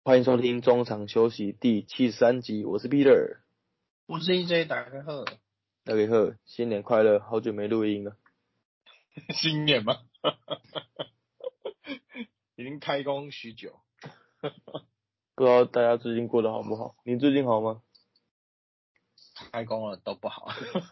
欢迎收听中场休息第73集，我是 Peter。 我是 EJ，打开后， 大家好，新年快乐！好久没录音了， 新年吗？已经开工许久， 不知道大家最近过得好不好？你最近好吗？ 开工了都不好。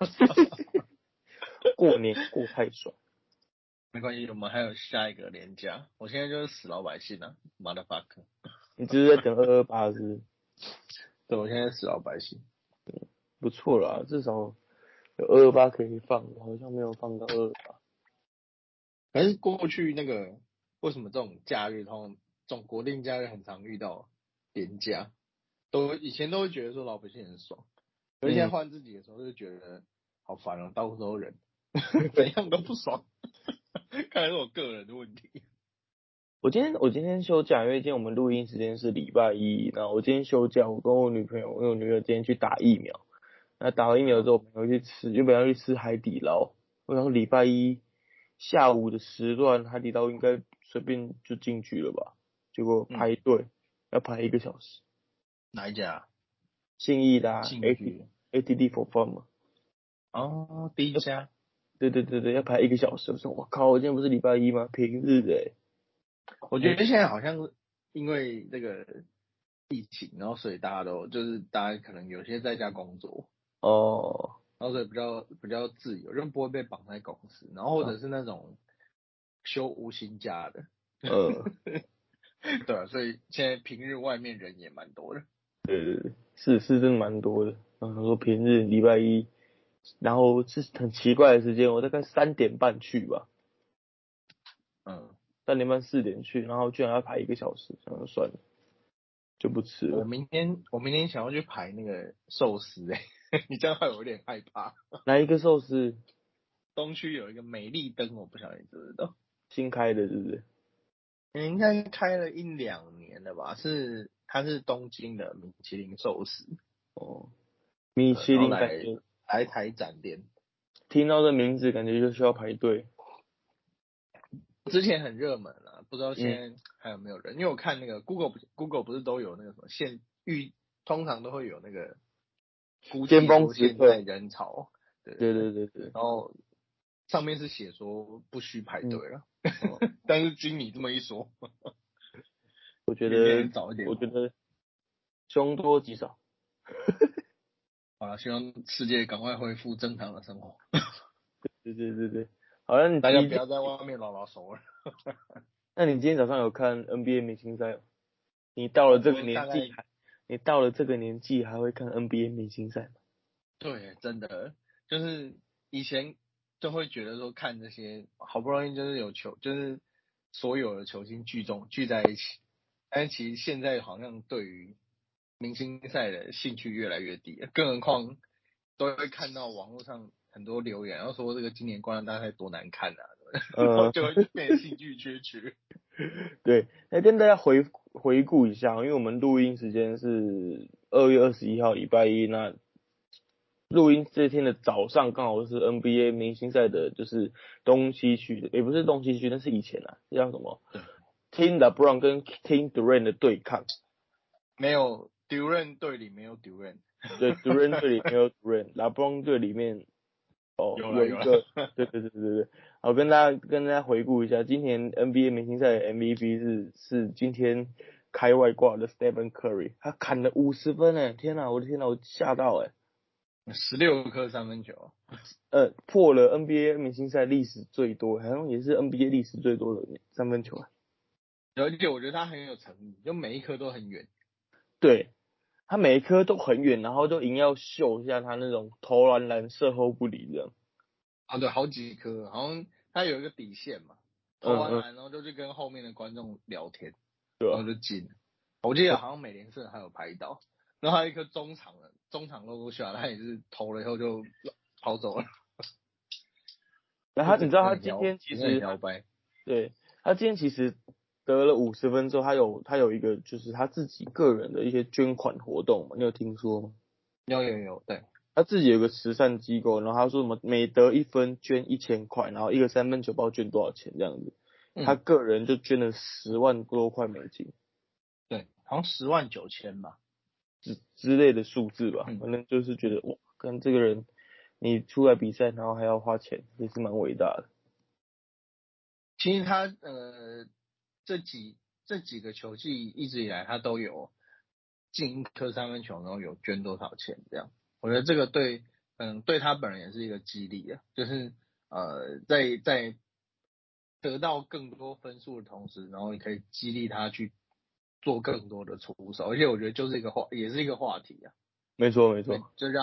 过年过太爽， 没关系，我们还有下一个年假。我现在就是死老百姓啊，motherfucker。 你只是在等228是不是？ 对，我现在死老百姓。 不错啦，至少有228可以放，我好像没有放到228。 可是过去那个为什么这种假日，这种国定假日很常遇到年假，以前都会觉得说老百姓很爽，可是现在换自己的时候就觉得好烦哦，到处都人，怎样都不爽。看来是我个人的问题。 我今天休假，因为今天我们录音时间是礼拜一，然后我今天休假，我跟我女朋友，因为我女朋友今天去打疫苗，那打完疫苗之后，我们要去吃，原本要去吃海底捞，我想说礼拜一下午的时段，海底捞应该随便就进去了吧，结果排队要排1个小时。 哪一家？ 信义的信居。 ATD for fun 嘛， 哦，第一家。 对，要排1个小时，我说我靠，我今天不是礼拜一吗？平日的我觉得现在好像因为这个疫情，然后所以大家可能有些在家工作， 哦， 然后所以比较自由，就不会被绑在公司，然后或者是那种休无薪假的。 呃， 对啊，所以现在平日外面人也蛮多的。 对，是真的蛮多的。然后说平日礼拜一，然后是很奇怪的时间，我大概3点半去吧， 嗯， 3点半4点去，然后居然要排1个小时，想说算了，就不吃我了。 明天想要去排那个寿司你这样害我有点害怕。 哪一个寿司东区有一个美丽灯，我不晓得你知不知道。 新开的，是不是？ 应该开了1-2年了吧？它是东京的米其林寿司， 哦，米其然后林感觉来台展店。 听到这名字，感觉就需要排队。 之前很热门啊，不知道嗯， 现在还有没有人？因为我看那个 Google 不是都有那个什么通常都会有那个估尖峰计说现在时刻， 人潮，对对对对， 对对对， 然后上面是写说不需排队了， 哦， 但是经你这么一说， 我觉明得年早一点。 我觉得凶多吉少。 好了，希望世界赶快恢复正常的生活， 对，好像你大家不要在外面拉手了。 那你今天早上有看 NBA 明星赛吗？你到了哦， 这个我大概年纪还，你到了这个年纪还会看 NBA 明星赛吗？ 对，真的就是以前就会觉得说看这些好不容易就是有球，就是所有的球星聚在一起，但是其实现在好像对于明星赛的兴趣越来越低了，更何况都会看到网络上很多留言，然后说这个今年灌篮大赛多难看啊，然后就会变得兴趣缺缺。 对，来跟大家回顾一下，因为我们录音时间是2月21号礼拜一，那录音这天的早上刚好是 NBA 明星赛的，就是东西区的，也不是东西区，那是以前啊，叫什么对， ？Team LeBron 跟 Team Durant 的对抗。 没有 Durant 队里没有 Durant， 对，Durant 队里面有 Durant，LeBron 队里面有一有了， 个，对，好，跟大家回顾一下，今年 NBA 明星赛的 MVP 是今天开外挂的 Stephen Curry，他砍了50分天哪，我的天哪，我吓到 16颗三分球。 破了 NBA 明星赛历史最多，好像也是 NBA 历史最多的3分球而且我觉得他很有诚意，就每一颗都很远。 对，他每一颗都很远，然后就硬要秀一下他那种投篮篮射后不理这样， 啊，对，好几颗，好像他有一个底线嘛，投完嗯， 篮然后就去跟后面的观众聊天， 对吧？ 然后就进了。我记得好像美联社还有拍到，然后还有一颗中场漏过去啊，他也是投了以后就跑走了， 然后你知道就整个他今天其整个很实摇摆。 对，他今天其实得了50分之后，他有一个就是他自己个人的一些捐款活动嘛，你有听说吗？ 有，对， 他自己有个慈善机构，然后他说什么每得1分捐1000块，然后一个3分球不知道捐多少钱这样子，他嗯， 个人就捐了10万多块美金。 对， 好像10.9万吧之类的数字吧， 嗯反正就是觉得哇，跟这个人你出来比赛，然后还要花钱，也是蛮伟大的。 其实他这几个球季一直以来他都有进一颗三分球，然后有捐多少钱这样。我觉得这个对他本人也是一个激励啊，就是在得到更多分数的同时，然后也可以激励他去做更多的出手，而且我觉得就是也是一个话题啊。 没错没对， 错， 就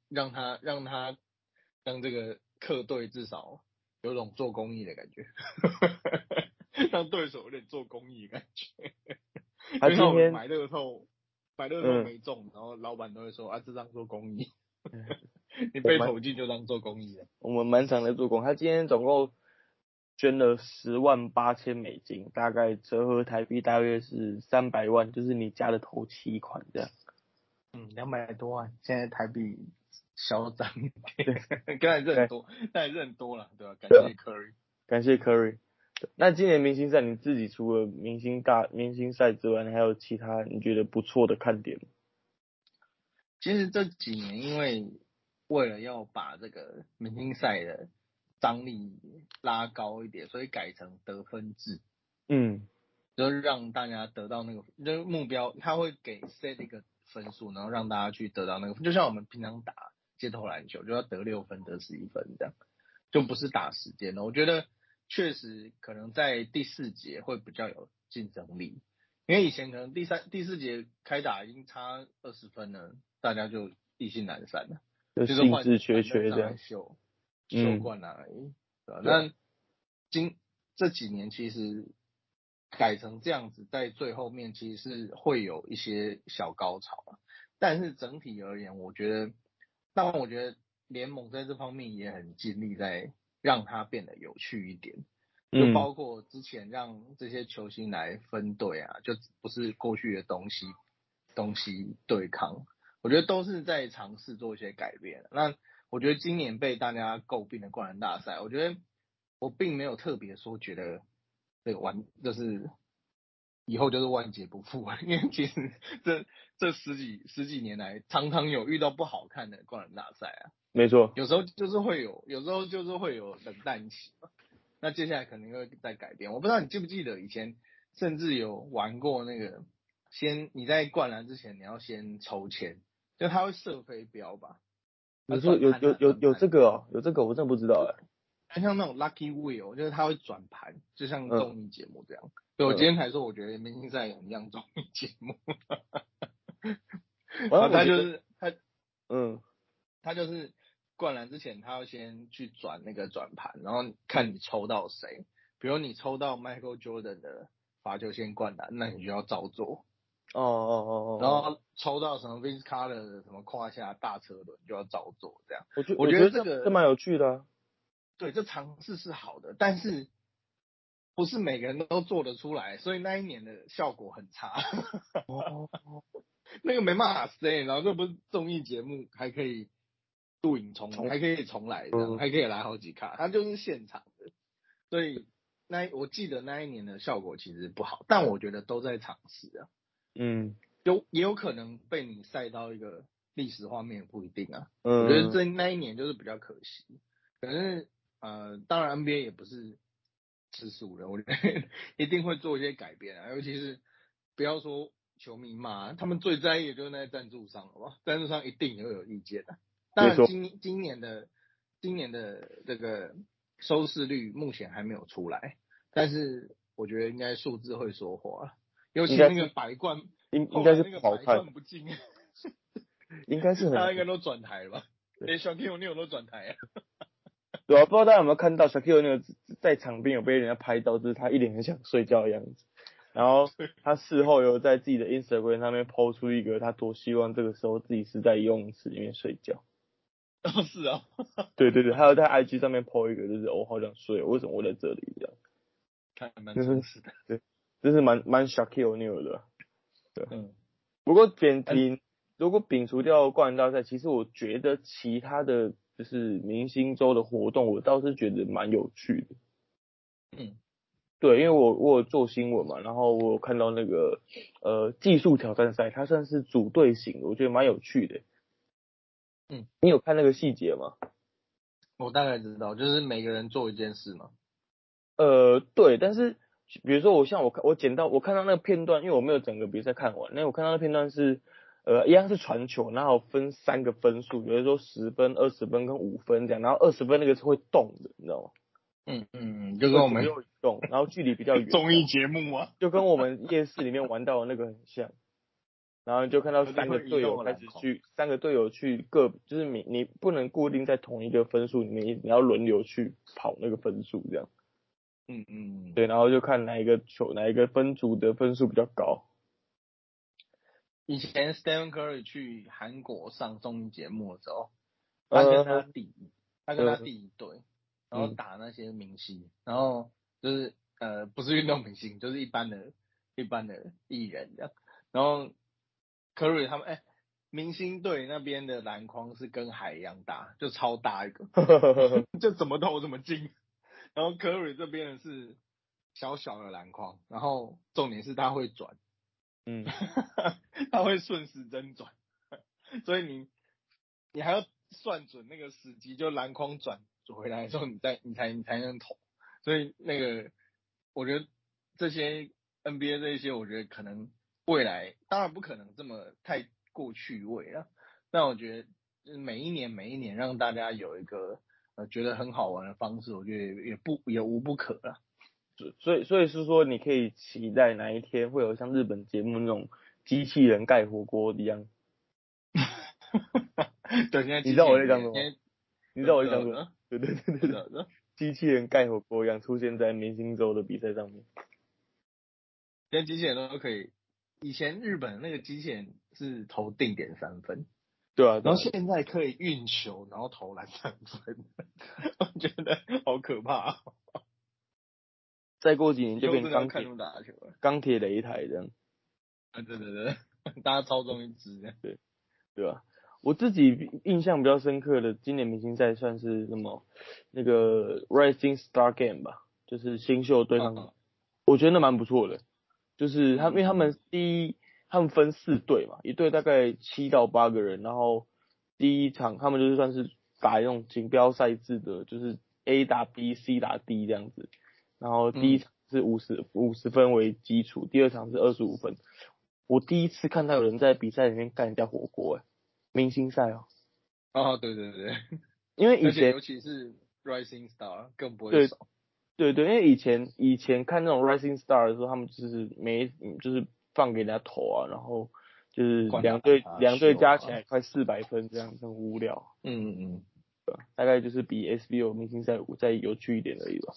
让这个客队至少有种做公益的感觉，让对手有点做公益的感觉。 他就像我们今天买乐透嗯， 没中，然后老板都会说啊，这当做公益，你我们被投进就当做公益了。 我们蛮常在做工，他今天总共捐了10.8万美金，大概折合台币大约是300万，就是你家的头期款这样。 200多万，现在台币嚣张一对点，刚才是很对多，但还是很多了，对吧？感对啊， 谢 Curry。 感谢 Curry。那今年明星赛你自己除了明星赛之外，你还有其他你觉得不错的看点吗？ 其实这几年因为了要把这个明星赛的张力拉高一点，所以改成得分制， 嗯就是让大家得到那个就是目标，他会给 set 一个分数，然后让大家去得到那个分，就像我们平常打街头篮球，就要得6分、得11分这样，就不是打时间了。我觉得确实可能在第4节会比较有竞争力，因为以前可能第四节开打已经差20分了，大家就意兴难散了， 就就是换兴致缺板凳上缺这样。 来秀嗯， 灌篮而已，对吧？ 对啊， 那这几年其实改成这样子，在最后面其实是会有一些小高潮啊，但是整体而言，我觉得联盟在这方面也很尽力在让它变得有趣一点，就嗯包括之前让这些球星来分队啊，就不是过去的东西对抗，我觉得都是在尝试做一些改变。那我觉得今年被大家诟病的灌篮大赛，我觉得我并没有特别说觉得这个就是以后就是万劫不复，因为其实这十几年来，常常有遇到不好看的灌篮大赛啊， 没错。 有时候就是会有冷淡期嘛。那接下来可能会再改变。我不知道你记不记得以前甚至有玩过那个，你在灌篮之前你要先抽签，就他会射飞镖吧， 有转盘， 这个哦，有这个我真的不知道哎。 很像那种 lucky wheel，就是他会转盘，就像嗯综艺节目这样。对我今嗯， 天才说，我觉得明星赛很像综艺节目， 反然后正我觉得嗯他就是灌篮之前，他要先去转那个转盘，然后看你抽到谁。比如你抽到 Michael Jordan 的罚球线灌篮，那你就要照做。然哦， 后抽到什么 Vince Carter 的什么胯下大车轮，就要照做。这样，我觉我觉得得这个这蛮有趣的啊。 对这尝试是好的，但是不是每个人都做得出来，所以那一年的效果很差。 哦， 那个没办法 say，然后这不是综艺节目， 从还可以重来，这样嗯还可以来好几卡，它就是现场的，所以我记得那一年的效果其实不好，但我觉得都在尝试啊， 嗯也有可能被你晒到一个历史画面，不一定啊。我觉得嗯， 那一年就是比较可惜，可是当然 NBA 也不是吃素的，我觉得一定会做一些改变啊，尤其是不要说球迷嘛，他们最在意的就是那些赞助商，好不好？赞助商一定也会有意见的。当然没错。 今年的这个收视率目前还没有出来，但是我觉得应该数字会说话，尤其那个应该是白冠， 应该是后来那个白不好看， 冠不进， 应该是很难。 大家应该都转台了吧？ 对连小 Q 你有都转台啊？ 对啊，不知道大家有没有看到 Shaquille 那个在场边有被人家拍到，就是他一脸很想睡觉的样子。然后他事后有在自己的 Instagram 上面 po 出一个他多希望这个时候自己是在游泳池里面睡觉。 哦，是啊， 对对对，还有在 IG 上面 po 一个，就是我好想睡，为什么我在这里这样？ 还蛮就是真实的。 对，这是蛮 Shaquille O'Neal 的。对， 嗯， 不过嗯如果摒除掉灌篮大赛，其实我觉得其他的就是明星周的活动，我倒是觉得蛮有趣的。 嗯， 对，因为我有做新闻嘛，然后我有看到那个技术挑战赛，它算是组队型的，我觉得蛮有趣的。 嗯， 你有看那个细节吗？ 我大概知道，就是每个人做一件事嘛。 对，但是比如说我看到那个片段，因为我没有整个比赛看完，那我看到那片段是一样是传球，然后分三个分数，比如说10分、20分跟5分这样，然后20分那个是会动的，你知道吗？ 就跟我们会左右移动，然后距离比较远， 综艺节目啊， 就跟我们夜市里面玩到的那个很像。然后你就看到而且会移动的篮筐。 三个队友去就是你不能固定在同一个分数里面，你要轮流去跑那个分数这样。对，然后就看哪一个分组的分数比较高。 以前 Stephen Curry 去韩国上综艺节目的时候，他跟他呃弟，他跟他呃弟一队，然后嗯， 打那些明星，然后就是不是运动明星，就是一般的艺人这样。然后 Curry 他们明星队那边的篮筐是跟海一样大，就超大一个，就怎么投怎么进。然后 Curry 这边的是小小的篮筐，然后重点是他会转， 嗯， 他会顺时针转，所以你还要算准那个时机，就篮筐转回来的时候，你才能投。所以那个我觉得这些 NBA 这些，我觉得可能未来当然不可能这么太过趣味啊，但我觉得就是每一年让大家有一个觉得很好玩的方式，我觉得也无不可啦。 所以是说你可以期待哪一天会有像日本节目那种机器人盖火锅一样。 对，现在你知道我机器人也， 在讲什么？ 现在你知我道我在讲什么？ 知道的， 对对对对对， 我知道的。 机器人盖火锅一样出现在明星周的比赛上面。 现在机器人都可以，以前日本那个机器人是投定点3分， 对啊对啊， 然后现在可以运球，然后投篮3分，我觉得好可怕、哦。 再过几年就以后变真的要看他们打球了。 钢铁擂台这样。 对对对，大家操纵一支这样。 对。对吧？我自己印象比较深刻的今年明星赛算是什么？那个 Rising Star Game 吧，就是新秀对抗， 嗯我觉得那蛮不错的。就是因为他们嗯嗯他们分4队嘛，一队大概7到8个人，然后第一场他们就是算是打那种锦标赛制的，就是 A 打 B，C 打 D 这样子。然后第一嗯， 场是50分为基础，第二场是25分。我第一次看到有人在比赛里面干人家火锅，明星赛哦， 哦对对对， 因为以前而且尤其是 Rising Star 更不会对少。 对对，因为以前看那种 Rising Star 的时候，他们就是放给人家投啊，然后就是灌篮啊， 两队加起秀啊。 来快400分，这样很无聊， 嗯， 大概就是比 SBO 明星赛再有趣一点而已吧。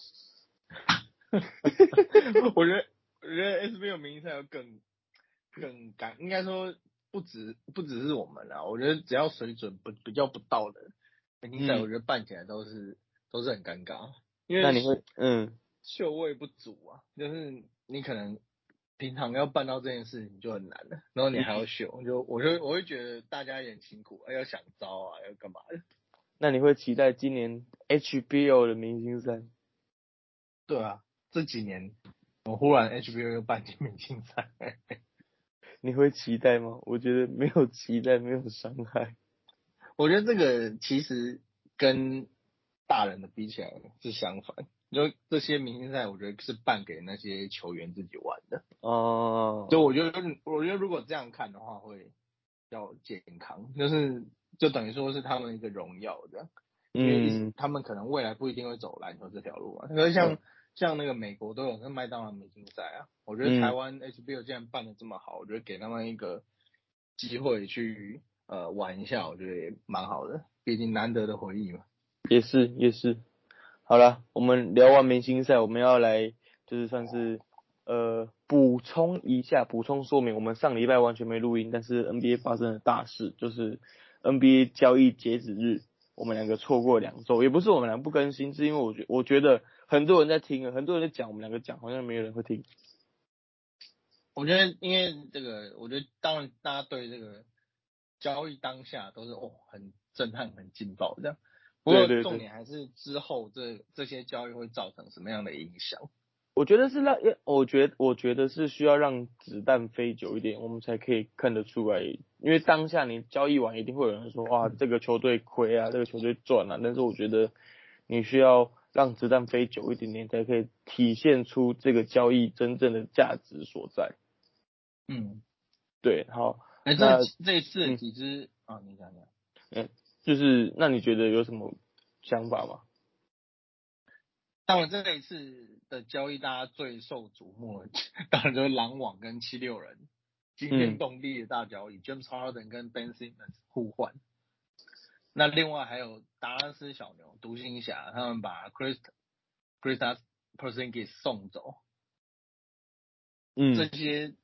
我觉得 SBL 明星赛要更尴，应该说不只是我们啦，我觉得只要水准比较不到的明星赛，我嗯， 觉得办起来都是很尴尬，因为那你会秀位不足啊，就是你可能平常要办到这件事情就很难了，然后你还要嗯， 秀，我会觉得大家也很辛苦，要想招啊，要干嘛的。 那你会期待今年 HBO 的明星赛？ 对啊，这几年我忽然 HBO 又办进明星赛。 你会期待吗？我觉得没有期待，没有伤害。 我觉得这个其实跟大人的比起来是相反，就这些明星赛，我觉得是办给那些球员自己玩的。就哦， 我觉得如果这样看的话，会比较健康，就等于说是他们一个荣耀这样，因为嗯他们可能未来不一定会走篮球这条路啊。可是像那个美国都有那麦当劳明星赛啊，我觉得台嗯， 湾 HBO 既然办的这么好，我觉得给他们一个机会去玩一下，我觉得也蛮好的，毕竟难得的回忆嘛。 也是也是。好了，我们聊完明星赛，我们要来就是算是补充一下，补充说明，我们上礼拜完全没录音，但是 NBA 发生了大事，就是 NBA 交易截止日，我们两个错过2周，也不是我们俩不更新，是因为我觉得很多人在听了，很多人在讲，我们两个讲好像没有人会听。 我觉得，因为这个，我觉得当然大家对这个交易当下都是很震撼、很劲爆这样。不过对对对， 重点还是之后这些交易会造成什么样的影响。 我觉得是让，我觉得是需要让子弹飞久一点，我们才可以看得出来。因为当下你交易完，一定会有人说，哇，这个球队亏啊，这个球队赚啊。但是我觉得你需要让子弹飞久一点点，才可以体现出这个交易真正的价值所在。 嗯， 对，好， 哎， 那这一次的嗯几支啊，你讲讲。 就是那你觉得有什么想法吗？ 当然，这一次的交易大家最受瞩目的，当然就是篮网跟76人惊天嗯动地的大交易，James Harden 跟 Ben Simmons 互换。那另外还有达拉斯小牛、独行侠，他们把 Kristaps Porzingis 送走。这嗯些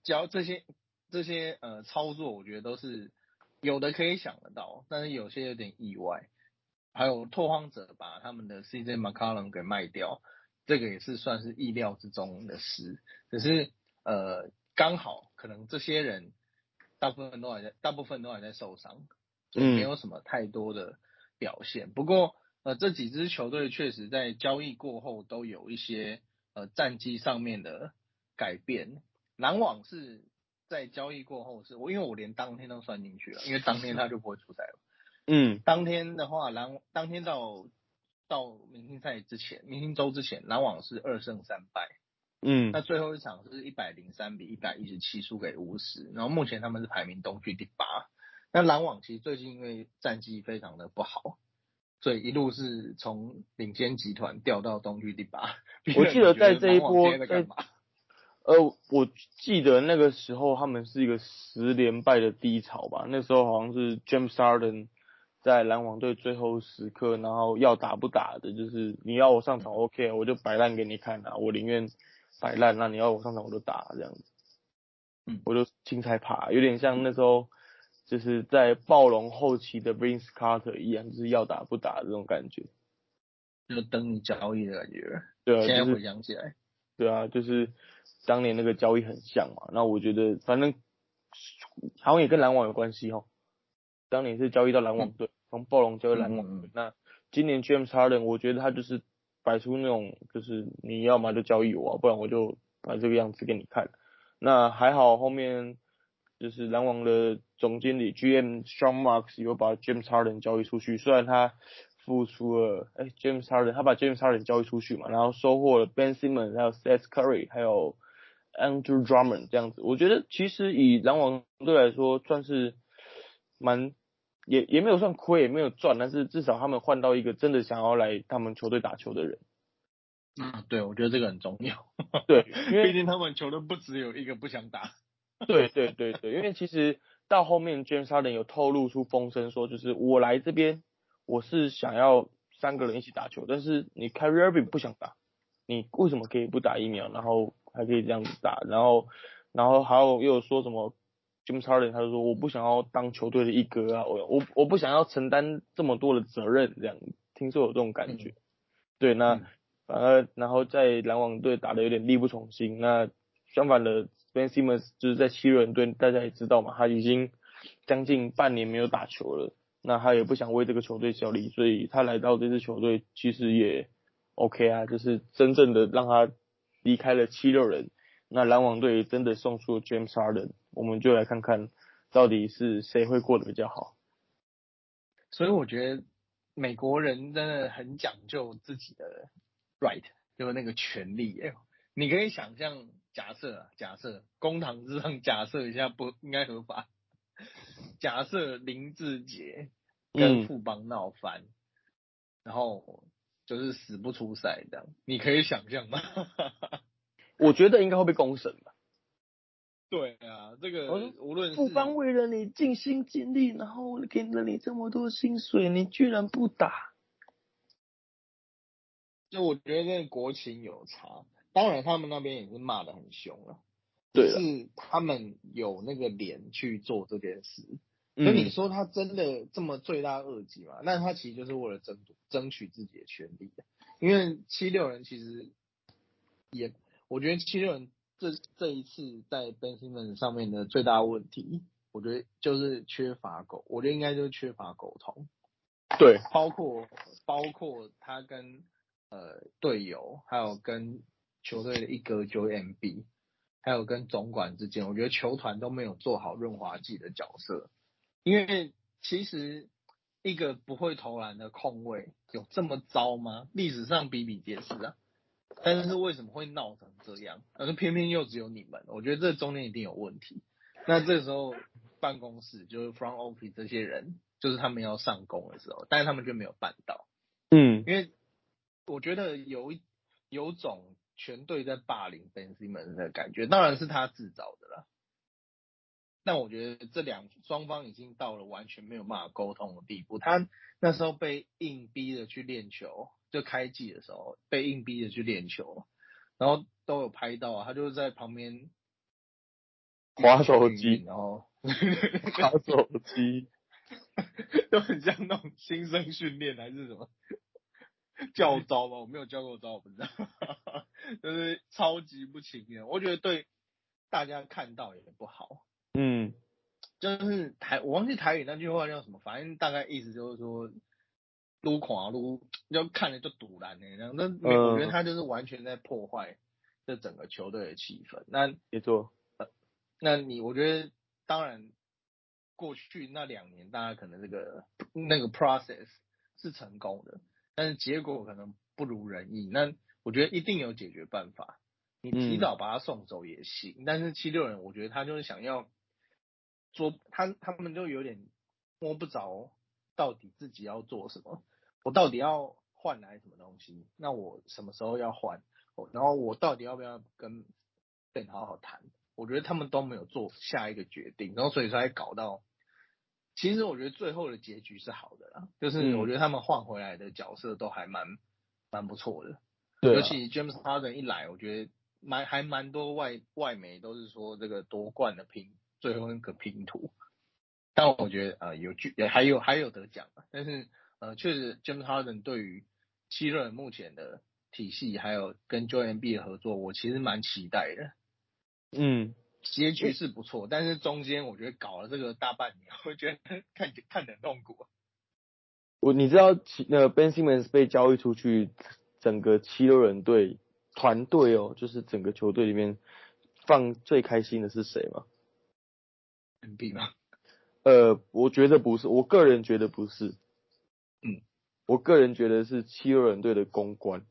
操作，我觉得都是有的可以想得到，但是有些有点意外。还有拓荒者把他们的 CJ McCollum 给卖掉，这个也是算是意料之中的事。只是刚好可能这些人大部分都还在受伤，所以没嗯有什么太多的表现。不过这几支球队确实在交易过后都有一些战绩上面的改变。篮网是在交易过后因为我连当天都算进去了，因为当天他就不会出赛了。 嗯当天的话，当天到明星赛之前，明星周之前，篮网是2胜3败。 嗯， 那最后一场是103比117输给巫师，然后目前他们是排名东区第8。那篮网其实最近因为战绩非常的不好，所以一路是从领先集团掉到东区第8。 我记得你觉得在这一篮网现波在在在干嘛？ 我记得那个时候他们是一个10连败的低潮吧，那时候好像是 James Harden 在篮网队最后时刻，然后要打不打的，就是你要我上场 OK，我就摆烂给你看啊，我宁愿摆烂，那你要我上场我就打这样子， 嗯， 我就青菜爬，有点像那时候就是在暴龙后期的 Vince Carter 一样，就是要打不打的这种感觉。 就等你交易的感觉。 对啊， 现在就是回想起来， 对啊，就是当年那个交易很像嘛。那我觉得反正好像也跟篮网有关系哦。当年是交易到篮网嗯队，从暴龙交易篮网队。 嗯嗯嗯， 那今年 James Harden，我觉得他就是摆出那种，就是你要么就交易我啊，不然我就把这个样子给你看。那还好后面就是篮网的总经理 GM Sean Marks 有把 James Harden 交易出去，虽然他付出了James Harden，他把 James Harden 交易出去嘛，然后收获了 Ben Simmons，还有 Seth Curry，还有 Andrew Drummond 这样子。我觉得其实以篮网队来说，算是蛮也没有算亏，也没有赚，但是至少他们换到一个真的想要来他们球队打球的人。 对，我觉得这个很重要。 对，因毕为竟他们球队不只有一个不想打。 对，因为其实到后面 James Harden 有透露出风声说，就是我来这边我是想要3个人一起打球，但是你 Kyrie Irving 不想打，你为什么可以不打疫苗，然后还可以这样子打，然后还有又有说什么 James Harden 他就说我不想要当球队的一哥啊，我不想要承担这么多的责任，这样听说有这种感觉。 嗯对，那嗯， 反而然后在篮网队打的有点力不从心。那相反的，Ben Simmons 就是在七六人队，大家也知道嘛，他已经将近半年没有打球了。那他也不想为这个球队效力，所以他来到这支球队其实也 OK 啊，就是真正的让他离开了七六人。那篮网队真的送出了 James Harden，我们就来看看到底是谁会过得比较好。 所以我觉得美国人真的很讲究自己的 right，就是那个权利。你可以想象，假设公堂之上假设一下不应该合法，假设林志杰跟嗯， 富邦闹翻，然后就是死不出赛这样，你可以想象吗？ 我觉得应该会被公审吧。 对啊，这我说个无论富邦是为了你尽心尽力，然后给了你这么多薪水，你居然不打。 就我觉得这个国情有差，当然他们那边也是骂得很凶了，只对了， 是他们有那个脸去做这件事。可你嗯， 说他真的这么罪大恶极吗？那他其实就是为了争取自己的权利的。因为76人其实也，我觉得76人这一次在 Ben Simmons 上面的最大问题，我觉得就是我觉得应该就是缺乏沟通。 对， 包括他跟队友，还有跟球队的一哥 Joel Embiid，还有跟总管之间，我觉得球团都没有做好润滑剂的角色。因为其实一个不会投篮的控卫有这么糟吗？历史上比比皆是啊。但是为什么会闹成这样？而偏偏又只有你们，我觉得这中间一定有问题。那这时候办公室就是 front office 这些人，就是他们要上工的时候，但是他们就没有办到。 嗯， 因为我觉得有种全队在霸凌 Ben Simmons 的感觉，当然是他制造的啦。但我觉得双方已经到了完全没有办法沟通的地步。他那时候被硬逼着去练球，就开季的时候被硬逼着去练球，然后都有拍到啊，他就是在旁边滑手机， 然后滑手机， 都很像那种新生训练还是什么教招吧，我没有教过招，我不知道，就是超级不情愿，我觉得对大家看到也不好。 嗯， 就是我忘记台语那句话叫什么，反正大概意思就是说，撸狂撸，就看着就堵烂那样。那我觉得他就是完全在破坏这整个球队的气氛。 没错， 我觉得当然过去那2年，大家可能那个 process 是成功的，但是结果可能不如人意。那我觉得一定有解决办法。你提早把他送走也行，但是76人，我觉得他就是想要他们就有点摸不着到底自己要做什么，我到底要换来什么东西？那我什么时候要换？然后我到底要不要跟 Ben 好好谈？我觉得他们都没有做下一个决定，然后所以才搞到。其实我觉得最后的结局是好的啦，就是我觉得他们换回来的角色都还蛮不错的， 对啊， 尤其 James Harden 一来，我觉得还蛮多外媒都是说这个夺冠的最后那个拼图，但我觉得还有得奖啊，但是确实 James Harden 对于七人目前的体系还有跟 Joel Embiid 的合作，我其实蛮期待的。 嗯， 结局是不错，但是中间我觉得搞了这个大半年，我觉得看得很痛苦。 你知道Ben Simmons 被交易出去，整个76人队团队哦，就是整个球队里面放最开心的是谁吗？ NB 吗？ 我觉得不是，我个人觉得不是， 嗯， 我个人觉得是76人队的公关。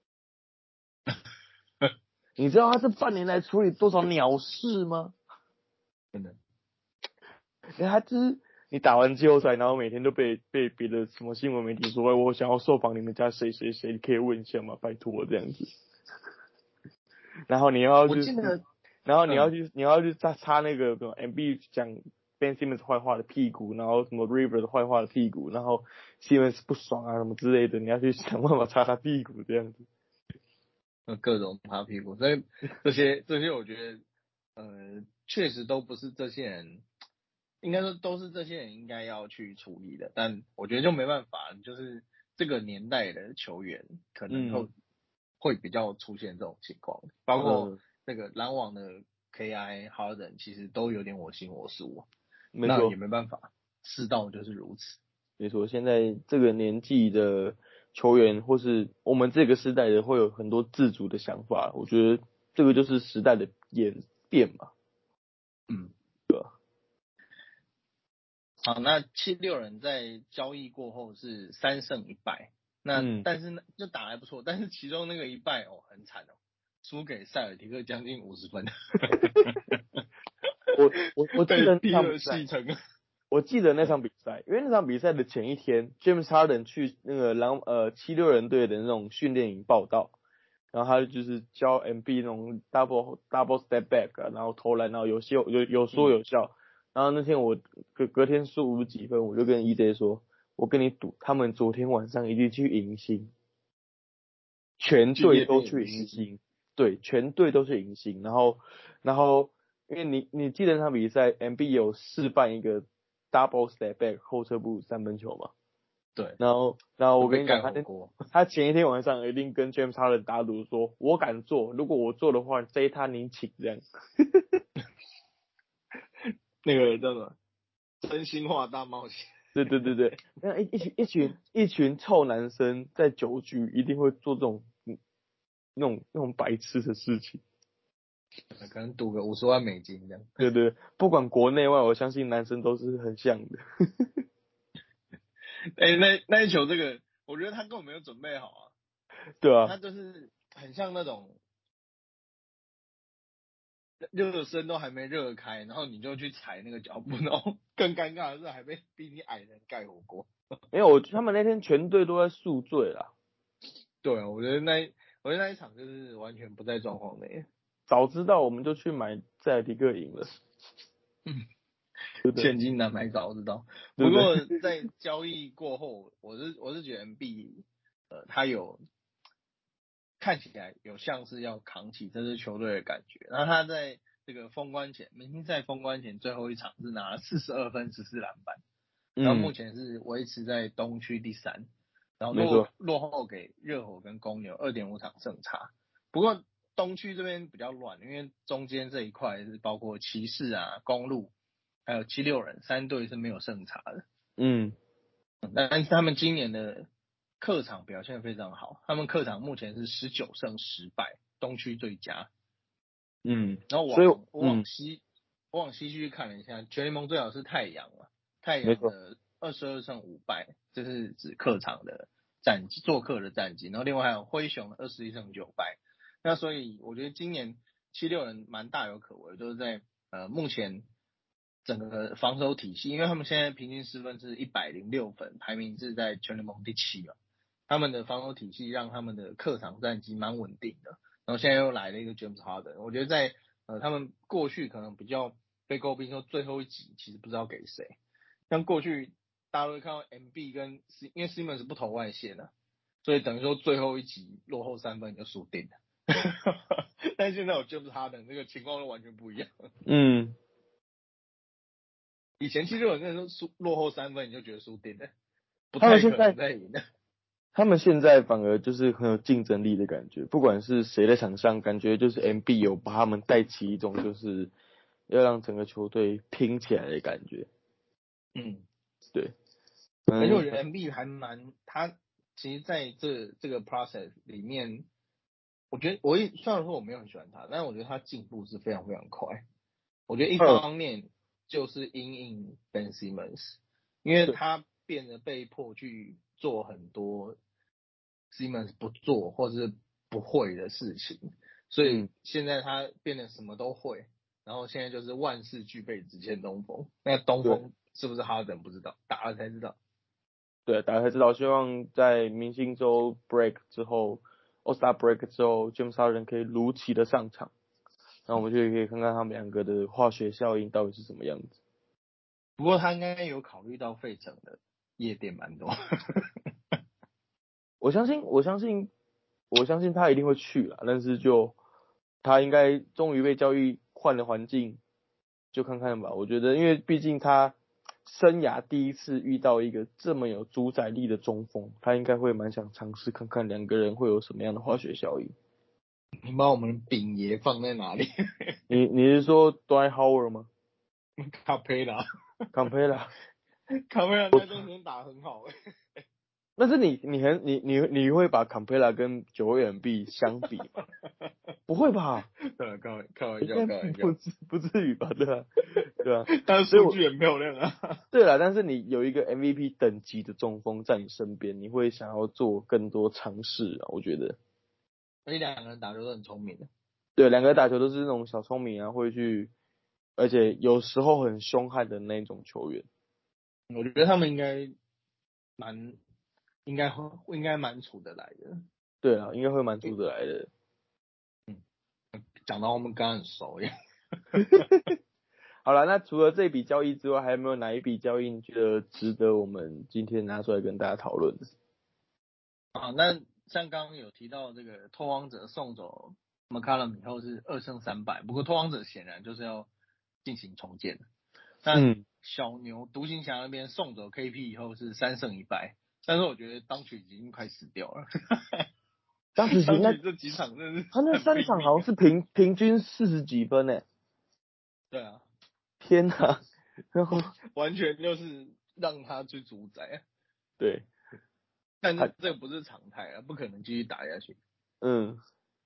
你知道他这半年来处理多少鸟事吗？ 真的。 他就是你打完季后赛，然后每天都被别的什么新闻媒体说，我想要受访你们家谁谁谁，你可以问一下吗？拜托这样子。然后你要去， 我记得， 然后你要去擦那个什么 MB 讲 Ben Simmons 坏话的屁股，然后什么 River 的坏话的屁股，然后 Simmons 不爽啊什么之类的，你要去想办法擦他屁股这样子。 各种擦屁股，所以这些我觉得，确实都不是这些人，应该说都是这些人应该要去处理的，但我觉得就没办法，就是这个年代的球员可能会比较出现这种情况，包括那个篮网的 KI Harden 其实都有点我行我素，那也没错， 没办法，世道就是如此。 没错，现在这个年纪的球员，或是我们这个时代的，会有很多自主的想法。我觉得这个就是时代的变嘛。 嗯。 对吧？ 好，那76人在交易过后是3胜1败，那嗯， 但是呢就打还不错，但是其中那个一败很惨哦，输给塞尔提克将近50分， 我记得那被第二场比赛， 戏称。 我记得那场比赛，因为那场比赛的前一天，James Harden 去那个76人队的那种训练营报道，然后他就是教 MB 那种 double step back 啊，然后投篮，然后有说嗯， 有笑。然后那天我隔天输50几分，我就跟 EJ 说，我跟你赌，他们昨天晚上一定去迎新，全去夜队都去店迎戏， 迎新，对，全队都去迎新。然后因为你记得那场比赛，MB 有示范一个 double step back 后撤步3分球嘛？ 对， 然后我跟你讲， 都被盖火锅。 他前一天晚上一定跟 James Harden 打赌说，我敢做，如果我做的话，这一摊您请这样。 那个叫什么真心话大冒险。 对对对对，那一群臭男生在酒局一定会做这种那种白痴的事情。 可能赌个$50万这样。 对对，不管国内外，我相信男生都是很像的。 那一球这个，我觉得他根本没有准备好啊， 对啊， 他就是很像那种热身都还没热开，然后你就去踩那个脚步，然后更尴尬的是还被比你矮的人盖火锅。 没有，他们那天全队都在宿醉啦。 对啊，我觉得那一场就是完全不在状况内。 早知道我们就去买塞尔提克赢了， 嗯， 对不对？ 现金难买早知道。不对不对？ 过在交易过后，我是觉得 MB 他有看起来有像是要扛起这支球队的感觉。然后他在这个封关前，明星赛封关前最后一场是拿了42分、14篮板，然后目嗯， 前是维持在东区第3，然后没错。 落后给热火跟公牛2.5场胜差。不过东区这边比较乱，因为中间这一块是包括骑士啊、公鹿，还有76人3队是没有胜差的。 嗯但是他们今年的客场表现非常好，他们客场目前是19胜10败，东区最佳。 嗯， 然后所以我往西区看了一下，全联盟最好是太阳嘛，太没错。 阳的22胜5败，这是指客场的战绩，做客的战绩。然后另外还有灰熊的21胜9败。那所以我觉得今年76人蛮大有可为，就是在目前整个防守体系，因为他们现在平均失分是106分，排名是在全联盟第7嘛。他们的防守体系让他们的客场战绩蛮稳定的。然后现在又来了一个 James Harden，我觉得在他们过去可能比较被诟病说最后一集其实不知道给谁，像过去大家都会看到 MB 跟因为 Simmons 不投外线啊，所以等于说最后一集落后3分就输定了。但现在有 James Harden，这个情况都完全不一样。 嗯， 以前76人那时候落后3分你就觉得输定了，不太可能他们现在再赢的。 他们现在反而就是很有竞争力的感觉，不管是谁在场上，感觉就是 MB 有把他们带起一种就是要让整个球队拼起来的感觉。 嗯， 对，嗯而且我觉得 MB 还蛮他，其实在这个 process 里面，我觉得虽然说我没有很喜欢他，但是我觉得他进步是非常非常快。我觉得一嗯， 方面就是因应 Ben Simmons，因为对， 他变得被迫去做很多 Simmons 不做或是不会的事情，所嗯， 以现在他变得什么都会，然后现在就是万事俱备只欠东风。那东对风是不是哈登不知道，打了才知道。 对，大家才知道，希望在明星周 break 之后，All Star break 之后，James Harden 可以如期的上场，那我们就可以看看他们两个的化学效应到底是什么样子。 不过他应该有考虑到费城的夜店蛮多。 我相信，我相信他一定会去了，但是就他应该终于被交易换了环境，就看看吧。我觉得，因为毕竟他生涯第一次遇到一个这么有主宰力的中锋，他应该会蛮想尝试看看两个人会有什么样的化学效应。 你把我们饼爷放在哪里？ 你是说 Dwight Howard 吗卡佩拉， ？Capela， 卡佩拉在中间打很好但是你会把 Capela 跟9 MB 相比吗？不会吧？ 对，开玩笑， 应该开玩笑。 不至于吧？对吧？对吧？ 他的所以我数据很漂亮啊。 对了，但是你有一个 MVP 等级的中锋在你身边，你会想要做更多尝试啊。我觉得， 而且两个人打球都很聪明的。 对，两个打球都是那种小聪明啊，会去，而且有时候很凶悍的那种球员。 我觉得他们蛮应该蛮处得来的。 对啊，应该会蛮出得来的。 讲到我们刚刚很熟一样。 好了，那除了这笔交易之外，还有没有哪一笔交易你觉得值得我们今天拿出来跟大家讨论的？ 啊，那像刚刚有提到这个拓荒者送走 McCollum 以后是2胜3败，不过拓荒者显然就是要进行重建的。那嗯， 小牛独行侠那边送走 KP 以后是3胜1败，但是我觉得当曲已经快死掉了。 当时其实那当曲这几场真的是他那很三场好像拼命啊。 是平均40几分呢。 对啊， 天哪！然后完全就是让他去主宰啊， 对， 但是他这个不是常态啊，不可能继续打下去。 嗯。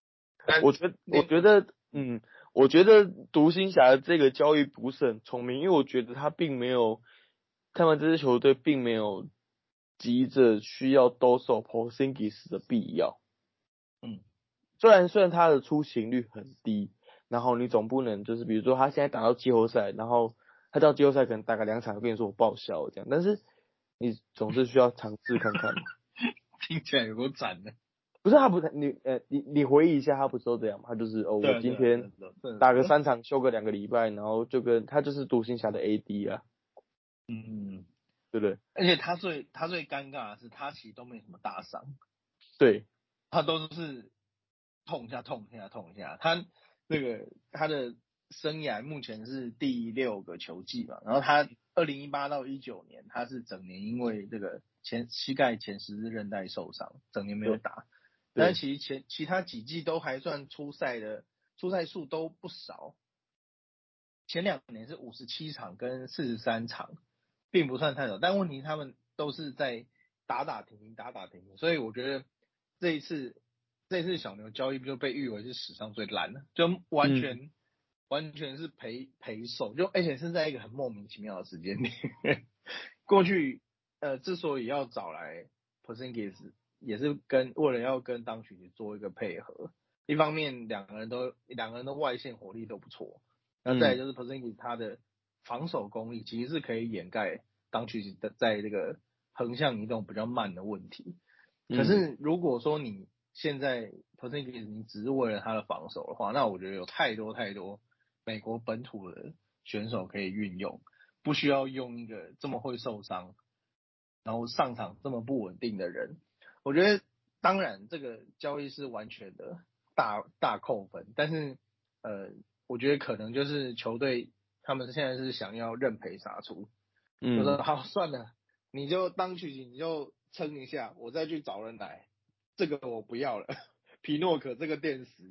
但我觉得独行侠这个交易不是很聪明，因为我觉得他们这支球队并没有急着需要兜售 Porzingis 的必要。 嗯， 虽然他的出勤率很低，然后你总不能就是比如说他现在打到季后赛，然后他到季后赛可能打个2场，跟你说我报销这样，但是你总是需要尝试看看嘛。 听起来有够惨的。 不是他不是你回忆一下，他不是都这样吗？他就是我对今天对， 打个3场，休个2个礼拜，然后就跟他就是独行侠的 AD 啊， 嗯， 对不对？ 而且他最尴尬的是，他其实都没什么大伤， 对， 他都是痛一下痛一下痛一下。他的生涯目前是第6个球季嘛，然后他2018到19年他是整年因为这个膝盖前十字韧带受伤，整年没有对打。但对， 是其他几季都还算出赛数都不少，前2年是57场跟43场，并不算太少。但问题他们都是在打停停，所以我觉得这一次小牛交易就被誉为是史上最烂的，就完全是赔手，就而且是在一个很莫名其妙的时间点。过去之所以要找来 Porzingis，也是为了要跟当曲做一个配合。一方面两个人的外线火力都不错，那再来就是 Porzingis 他的防守功力其实是可以掩盖当曲的在这个横向移动比较慢的问题。可是如果说你现在 Porzingis 你只是为了他的防守的话，那我觉得有太多美国本土的选手可以运用，不需要用一个这么会受伤，然后上场这么不稳定的人。我觉得当然这个交易是完全的大扣分，但是我觉得可能就是球队他们现在是想要认赔杀出，就说好算了，你就当取景，你就撑一下，我再去找人来，这个我不要了，皮诺可这个电死，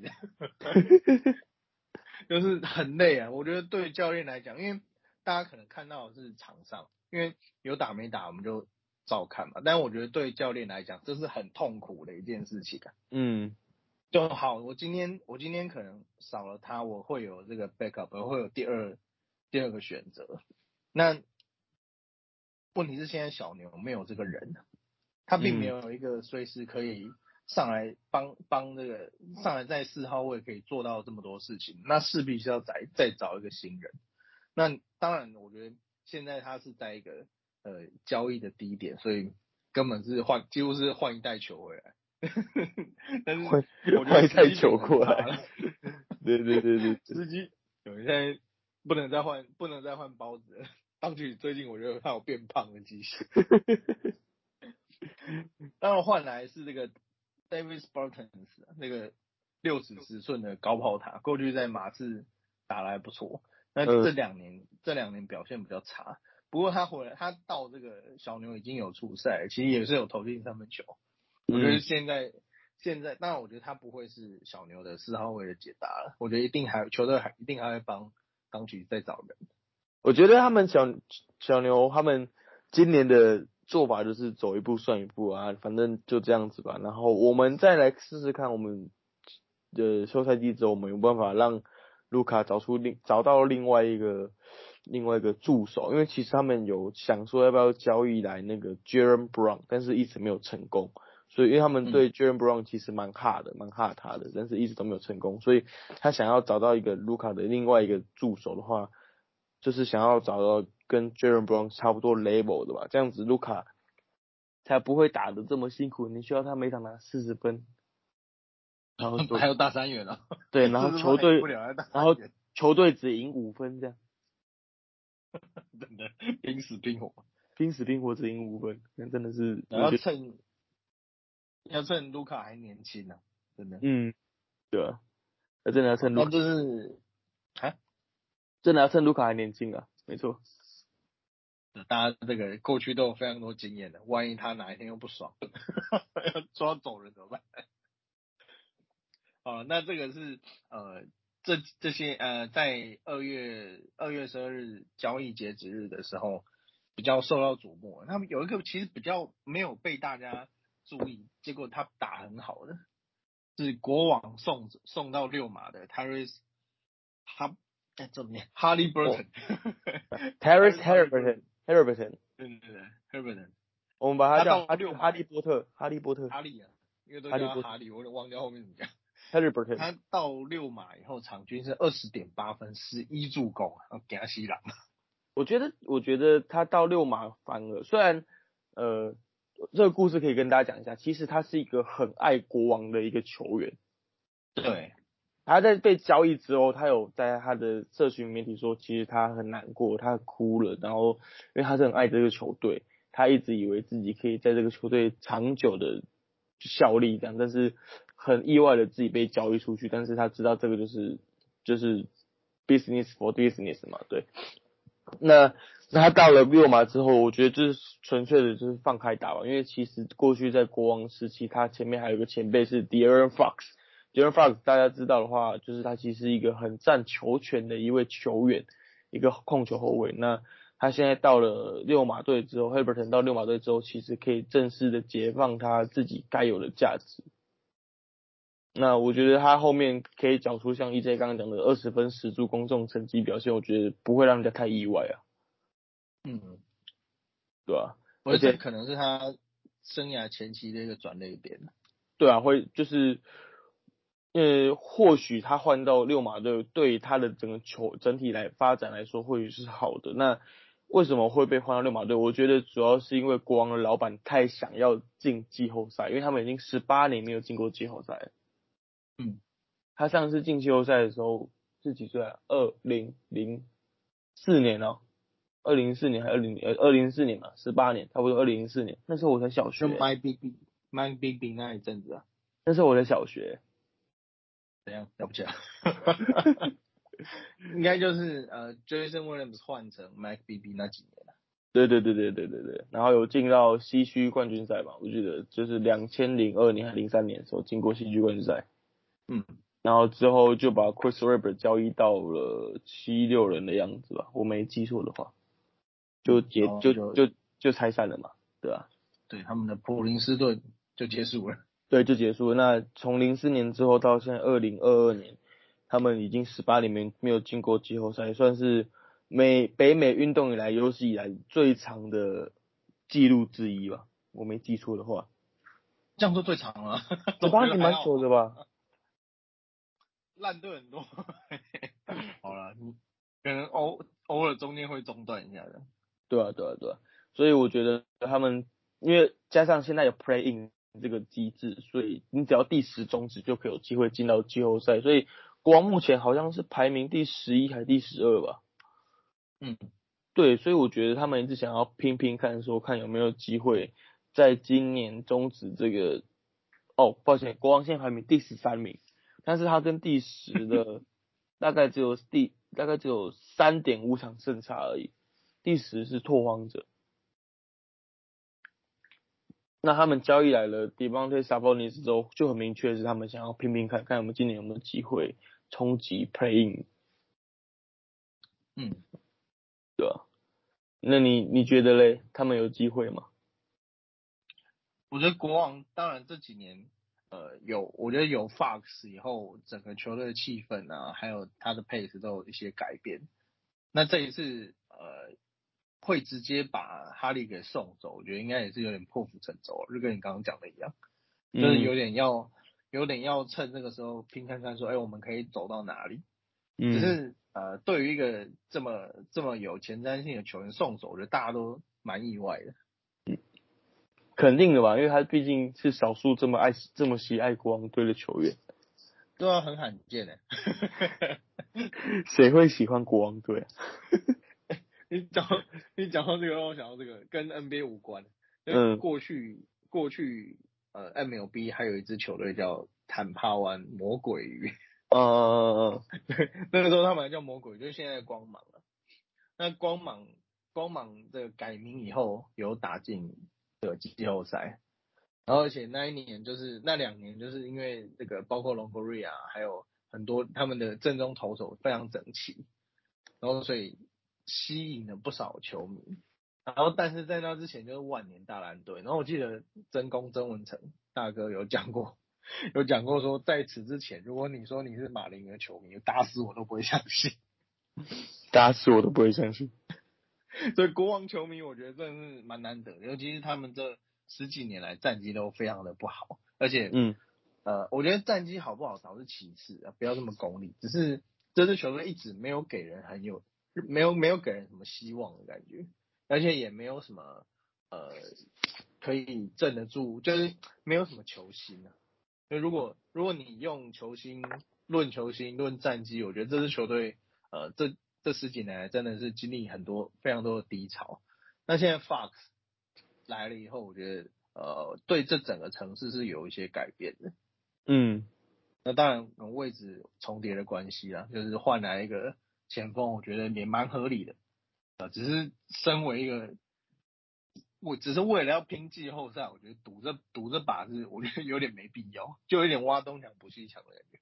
就是很累啊。我觉得对教练来讲，因为大家可能看到的是场上，因为有打没打我们就照看嘛，但我觉得对教练来讲，这是很痛苦的一件事情啊。就好，我今天可能少了他，我会有这个 backup，我会有第二个选择。那问题是现在小牛没有这个人，他并没有一个随时可以上来帮这个上来在4号位可以做到这么多事情，那势必是要再找一个新人。那当然，我觉得现在他是在一个交易的低点，所以根本是几乎是换一袋球回来。但是我觉得换一时机点袋球过来， 很差了。 对， 时机有现在不能再换包子了。当局最近我觉得他有变胖的迹象。当然换来是这个 Davis Bertans 那个60尺寸的高炮塔，过去在马刺打得还不错。那这两年表现比较差，不过他回来，他到这个小牛已经有出赛，其实也是有投进3分球。我觉得现在，当然我觉得他不会是小牛的4号位的解答了。我觉得球队一定还会帮当局再找人。 我觉得他们小牛他们今年的做法就是走一步算一步啊，反正就这样子吧。然后我们再来试试看，我们的休赛季之后，我们有办法让卢卡找到另外一个助手，因为其实他们有想说要不要交易来那个 Jaren Brown，但是一直没有成功。所以因为他们对 Jaren Brown 其实蛮哈他的，但是一直都没有成功，所以他想要找到一个卢卡的另外一个助手的话，就是想要找到跟 Jaren Brown 差不多 level 的吧，这样子卢卡才不会打得这么辛苦。你需要他每场拿40分，然后还有大三元啊， 对，然后球队不了大然后三元， 球队只赢5分这样， 真的拼死拼活， 拼死拼活只赢5分，那真的是然后要趁卢卡还年轻呢、真的。 对啊，那真的要趁卢那卡， 就是真的要趁卢卡还年轻啊，没错。 大家这个过去都有非常多经验的，万一他哪一天又不爽，要抓走人怎么办？那这个是这些在2月12日交易截止日的时候比较受到瞩目。他们有一个其实比较没有被大家注意，结果他打很好的， 是国网送到六马的 Tyrese 怎么念 Haliburton Tyrese Haliburton， 对 Haliburton， 我们把它叫哈他到六马利波特，哈利波特， 哈利啊，因为都哈利波特叫他哈利，我有点忘掉后面怎么讲。 ，Haliburton。 他到六马以后，场均是20.8分，11助攻，给他吸狼。 我觉得他到六马反而虽然这个故事可以跟大家讲一下，其实他是一个很爱国王的一个球员。 对， 他在被交易之后，他有在他的社群媒体说，其实他很难过，他哭了，然后因为他是很爱这个球队，他一直以为自己可以在这个球队长久的效力这样，但是很意外的自己被交易出去，但是他知道这个就是 business for business 嘛，对。那他到了六马之后，我觉得就是纯粹的就是放开打吧，因为其实过去在国王时期，他前面还有一个前辈是 De'Aaron Fox。De'Aaron Fox 大家知道的话，就是他其实是一个很占球权的一位球员，一个控球后卫。那他现在到了六马队之后 ，Haliburton 到六马队之后，其实可以正式的解放他自己该有的价值。那我觉得他后面可以缴出像 EJ 刚刚讲的20分10助攻这种成绩表现，我觉得不会让人家太意外啊。 嗯， 对啊， 我觉得这可能是他生涯前期的一个转捩点。 对啊，会就是或许他换到六马队，对他的整个球整体来发展来说，或许是好的。那为什么会被换到六马队？我觉得主要是因为国王的老板太想要进季后赛，因为他们已经18年没有进过季后赛了。 嗯， 他上次进季后赛的时候是几岁啊？2004年哦，2004年还2004年嘛，18年，差不多2004年。那时候我才小就学， Mike Bibby 那一阵子啊， 那时候我才小学。 怎样了不起啊？应该就是Jason Williams 换成 Mike Bibby 那几年了。 对，然后有进到西区冠军赛吧，我记得就是2002年还03年的时候进过西区冠军赛， 嗯， 然后之后就把 Chris Webber 交易到了76人的样子吧，我没记错的话，就然后就拆散了嘛，对吧？ 对他们的普林斯顿就结束了。 对，就结束了。那从04年之后到现在2022年，他们已经18年没有进过季后赛，算是北美运动以来有史以来最长的纪录之一吧，我没记错的话。 这样说最长了， 十我觉得八年蛮还好吧， 久的吧？ 烂队很多。好了，你可能偶尔中间会中断一下的。 对啊，所以我觉得他们因为加上现在有 play in 这个机制，所以你只要第10终止就可以有机会进到季后赛。所以国王目前好像是排名第11还是第12吧？ 嗯， 对，所以我觉得他们一直想要拼拼看，说看有没有机会在今年终止这个。哦，抱歉，国王现在排名第13名，但是他跟第10的大概只有3.5场胜差而已。第10是拓荒者。那他们交易来了 Devontae Sabonis 之后，就很明确是他们想要拼拼看看我们今年有没有机会冲击 Play In。 嗯， 对吧？那你觉得嘞？他们有机会吗？ 我觉得国王当然这几年我觉得有 Fox 以后，整个球队的气氛啊，还有他的 pace 都有一些改变。那这一次会直接把哈利给送走，我觉得应该也是有点破釜沉舟，就跟你刚刚讲的一样，就是嗯有点要趁这个时候拼看看说，哎，我们可以走到哪里。只嗯， 是对于一个这么有前瞻性的球员送走，我觉得大家都蛮意外的。 肯定的吧，因为他毕竟是少数这么喜爱国王队的球员。 对啊，很罕见的。 谁会喜欢国王队啊？ 你讲你讲到这个，让我想到这个跟 NBA 无关，因为嗯过去MLB 还有一支球队叫坦帕湾魔鬼鱼，对，那个时候他们还叫魔鬼鱼，就是现在的光芒了。那光芒这个改名以后，有打进这个季后赛，然后而且那一年就是那2年，就是因为这个包括 Longoria 还有很多他们的正中投手非常整齐，然后所以吸引了不少球迷。然后但是在那之前就是万年大烂队，然后我记得曾文成大哥有讲过， 有讲过说，在此之前，如果你说你是马林鱼球迷，打死我都不会相信。 打死我都不会相信。 所以国王球迷，我觉得真的是蛮难得的，尤其是他们这十几年来战绩都非常的不好，而且，我觉得战绩好不好倒是其次啊，不要这么功利，只是这支球队一直没有给人没有给人什么希望的感觉，而且也没有什么可以镇得住，就是没有什么球星啊。就如果你用球星论球星论战绩，我觉得这支球队这十几年来真的是经历非常多的低潮。那现在 Fox 来了以后，我觉得对这整个城市是有一些改变的。那当然跟位置重叠的关系啦，就是换来一个前锋，我觉得也蛮合理的。只是身为一个我只是为了要拼季后赛，我觉得赌这把是我觉得有点没必要，就有点挖东墙补西墙的感觉。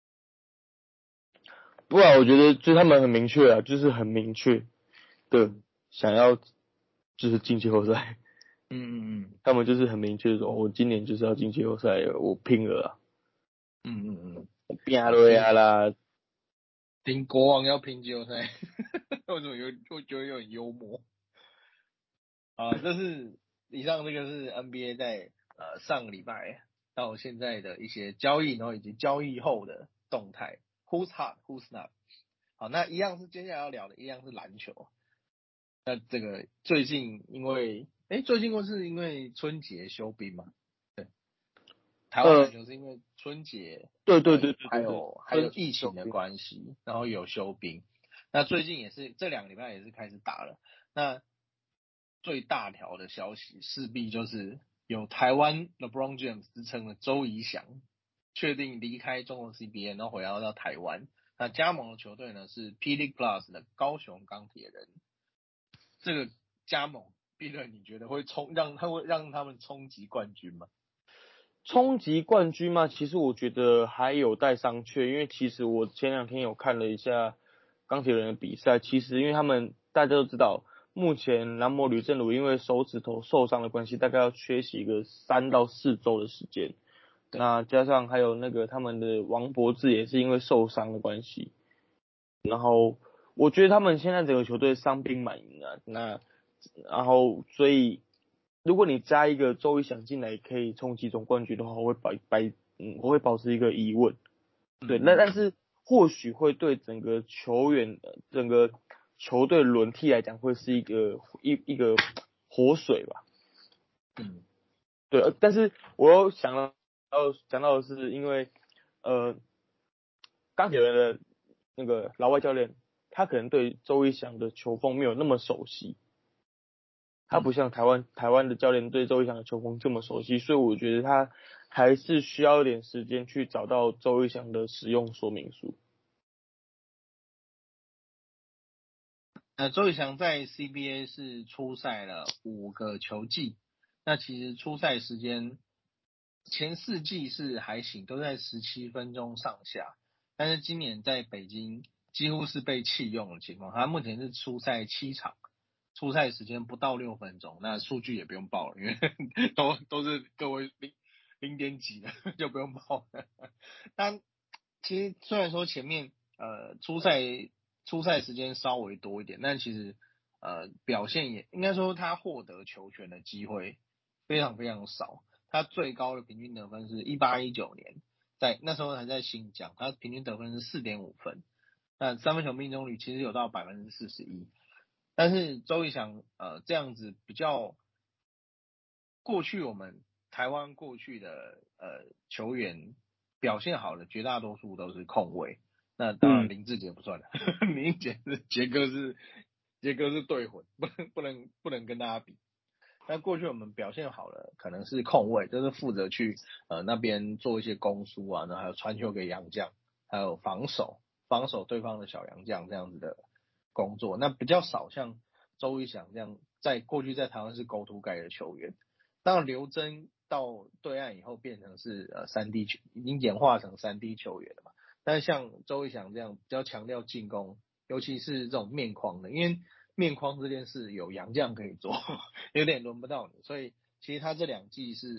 不然我觉得就他们很明确啊，就是很明确的想要就是进季后赛。他们就是很明确的说，我今年就是要进季后赛了，我拼了啊。我拼了呀啦。 听国王要拼季后赛，为什么我觉得有点幽默？这是以上这个是 NBA 在上个礼拜到现在的一些交易，然后以及交易后的动态。Who's hot, who's not？ 好，那一样是接下来要聊的，一样是篮球。那这个最近最近是因为春节休兵嘛？对，台湾篮球是因为春节， 对， 还有疫情的关系，然后有休兵。那最近也是这2个礼拜也是开始打了。那最大条的消息势必就是有台湾 LeBron James 之称的周怡翔确定离开中国 CBA， 然后回到台湾。那加盟的球队呢是 P. League Plus 的高雄钢铁人。这个加盟，毕乐你觉得会让他们冲击冠军吗？ 冲击冠军嘛，其实我觉得还有待商榷，因为其实我前2天有看了一下钢铁人的比赛，其实因为他们大家都知道，目前蓝魔吕正儒因为手指头受伤的关系，大概要缺席一个3到4周的时间。那加上还有那个他们的王柏志也是因为受伤的关系，然后我觉得他们现在整个球队伤兵满营啊，然后所以如果你加一个周一翔进来可以冲击总冠军的话，我会保持一个疑问。对，但是或许会对整个整个球队轮替来讲会是一个活水吧。对，但是我又想到的是，因为钢铁人的那个老外教练，他可能对周一翔的球风没有那么熟悉，他不像台湾的教练对周一翔的球风这么熟悉，所以我觉得他还是需要一点时间去找到周一翔的使用说明书。 周宇翔在 CBA 是出赛了5个球季，那其实出赛时间前4季是还行，都在17分钟上下，但是今年在北京几乎是被弃用的情况，他目前是出赛7场，出赛时间不到6分钟，那数据也不用报了，因为都是各位零点几的就不用报了。但其实虽然说前面出赛时间稍微多一点，但其实表现也应该说他获得球权的机会非常非常少。他最高的平均得分是18-19年，在那时候还在新疆，他平均得分是4.5分，那3分球命中率其实有到41%。但是周瑜翔这样子比较过去我们台湾过去的球员表现好的绝大多数都是控卫，那当然林志杰不算了，林志杰哥是队魂，不能跟大家比。但过去我们表现好了，可能是控卫，就是负责去那边做一些攻输啊，然后还有传球给洋将，还有防守对方的小洋将这样子的工作。那比较少像周瑜翔这样，在过去在台湾是勾图盖的球员。当然刘真到对岸以后变成是3D 球，已经演化成3D 球员了嘛。但是像周瑜翔这样比较强调进攻，尤其是这种面框的，因为面框这件事有洋将可以做，有点轮不到你，所以其实他这2季是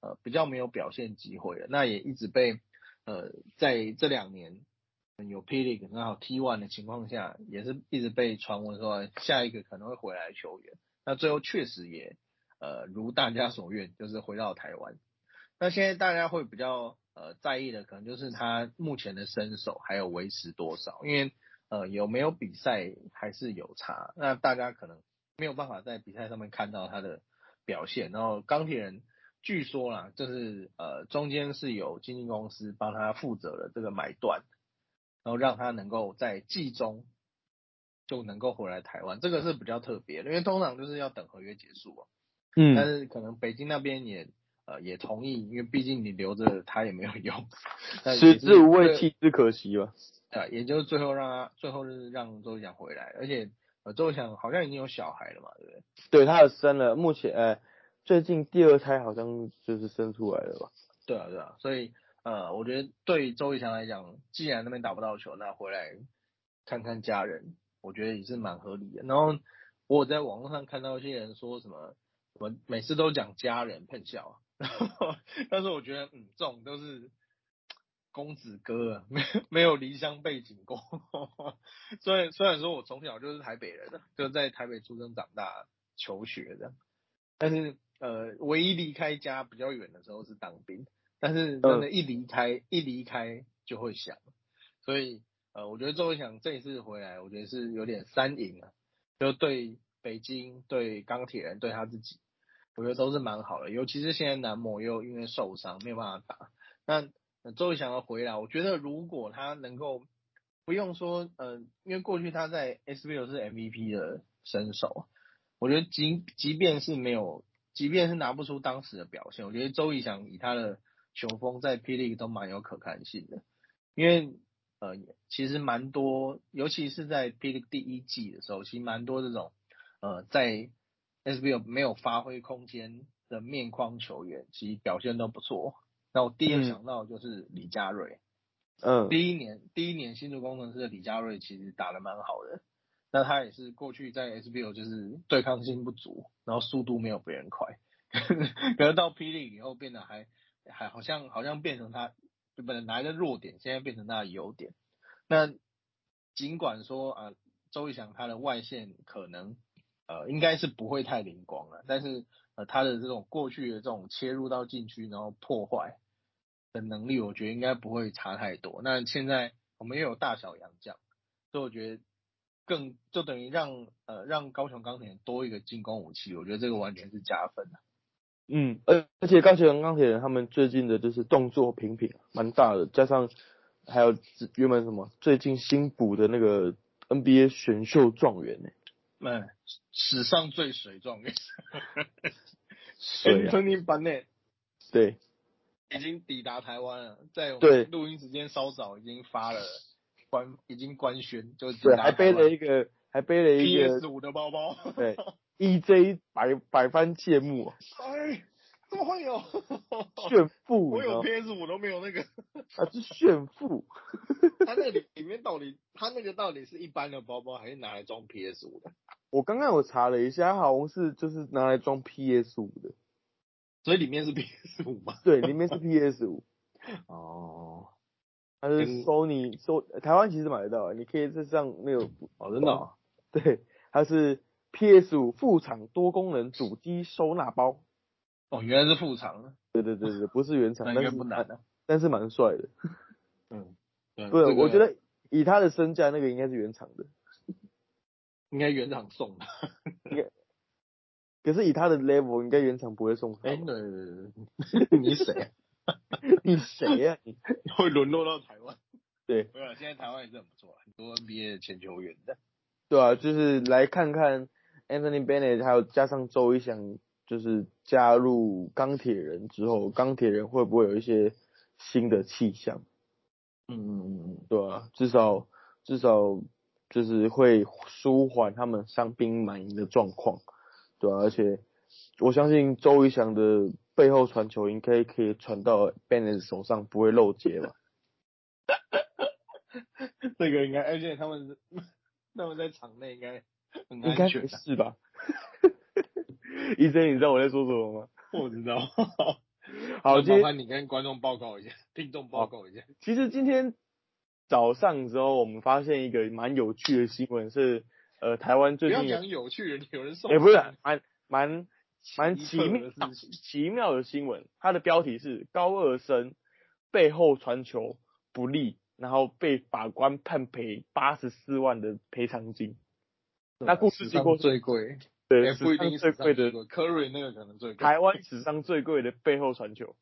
比较没有表现机会了，那也一直被在这2年有 P League 然后 T1 的情况下，也是一直被传闻说下一个可能会回来的球员，那最后确实也如大家所愿，就是回到台湾。那现在大家会比较在意的，可能就是他目前的身手还有维持多少，因为有没有比赛还是有差，那大家可能没有办法在比赛上面看到他的表现。然后钢铁人据说啦，就是中间是有经纪公司帮他负责了这个买断，然后让他能够在季中就能够回来台湾，这个是比较特别的，因为通常就是要等合约结束啊。但是可能北京那边也同意，因为毕竟你留着他也没有用， 食之无味，弃之可惜吧。 也就是最后是让周宇翔回来，而且周宇翔好像已经有小孩了嘛，对不对？ 对，他有生了，目前最近第2胎好像就是生出来了吧？ 对啊，所以我觉得对周宇翔来讲，既然那边打不到球，那回来看看家人，我觉得也是蛮合理的。然后我在网络上看到一些人说什么，我每次都讲家人喷笑，但是我觉得这种都是公子哥啊，没有离乡背景过。虽然说我从小就是台北人，就在台北出生长大求学的，但是唯一离开家比较远的时候是当兵，但是真的一离开就会想，所以我觉得周伟翔这一次回来，我觉得是有点三赢啊，就对北京、对钢铁人、对他自己，我觉得都是蛮好的。尤其是现在南模又因为受伤没有办法打，那周伟翔要回来，我觉得如果他能够不用说因为过去他在 SBL 是 MVP 的身手，我觉得即便是拿不出当时的表现，我觉得周逸翔以他的球风在 P League 都蛮有可看性的，因为其实蛮多，尤其是在 P League 第1季的时候，其实蛮多这种在 SBL 没有发挥空间的面框球员，其实表现都不错。那我第一个想到的就是李佳瑞，第一年新竹工程师的李佳瑞其实打得蛮好的，那他也是过去在 SBL 就是对抗性不足，然后速度没有别人快，可是到霹雳以后变得还好像变成他本来的弱点，现在变成他的优点。那尽管说周逸翔他的外线可能应该是不会太灵光了，但是他的这种过去的这种切入到禁区然后破坏的能力，我觉得应该不会差太多。那现在我们又有大小洋将，所以我觉得就等于让高雄钢铁人多一个进攻武器，我觉得这个完全是加分的。 而且钢铁人他们最近的就是动作频频蛮大的，加上还有原本最近新补的那个 NBA 选秀状元史上最水状元水啊， Anthony Bennett 对， 已经抵达台湾了，在我对们录音时间稍早已经已经官宣，就抵对， 达台湾。 还背了一个 PS5 的包包， 对 EJ 百番芥末， 哎，怎么会有？ 炫富， 我有你知道吗？ PS5 都没有那个。 是炫富。 它那个里面它那个到底是一般的包包，还是拿来装 PS5 的？ 我刚刚有查了一下，它好像是就是拿来装 PS5 的， 所以里面是 PS5 吗？ 对，里面是 PS5。 哦， 它是 台湾其实买得到，你可以在上那个真的哦。 对，它是 PS5 副厂多功能主机收纳包。 哦，原来是副厂的。 对，不是原厂， 那应该不难的。 但是蛮帅的。 对， 不，我觉得以他的身价，那个应该是原厂的， 应该原厂送的。 应该。可是以他的 level，应该原厂不会送他吧？ 对，你谁啊？ 你谁呀？你会沦落到台湾？ 对， 没有，现在台湾也是很不错，很多 NBA 的前球员的。 对啊，就是来看看 Anthony Bennett，还有加上周一翔，就是加入钢铁人之后，钢铁人会不会有一些新的气象？对啊，至少就是会舒缓他们伤兵满营的状况，对啊，而且我相信周一翔的背后传球应该可以传到 Bennett 手上，不会漏接吧？ 这个应该，而且他们在场内应该很应该安全的。 没事吧？医生，你知道我在说什么吗？ 我知道。 好， 那麻烦你跟观众报告一下，听众报告一下。 其实今天早上之后，我们发现一个蛮有趣的新闻是，台湾最近不要讲有趣的，有人受不是伤， 蛮奇特的事情。 奇妙的新闻，它的标题是高二生背后传球不利，然后被法官判赔84万的赔偿金。那故事史上经过最贵， 对史不一定上最贵的科瑞那个可能最贵。 台湾史上最贵的背后传球。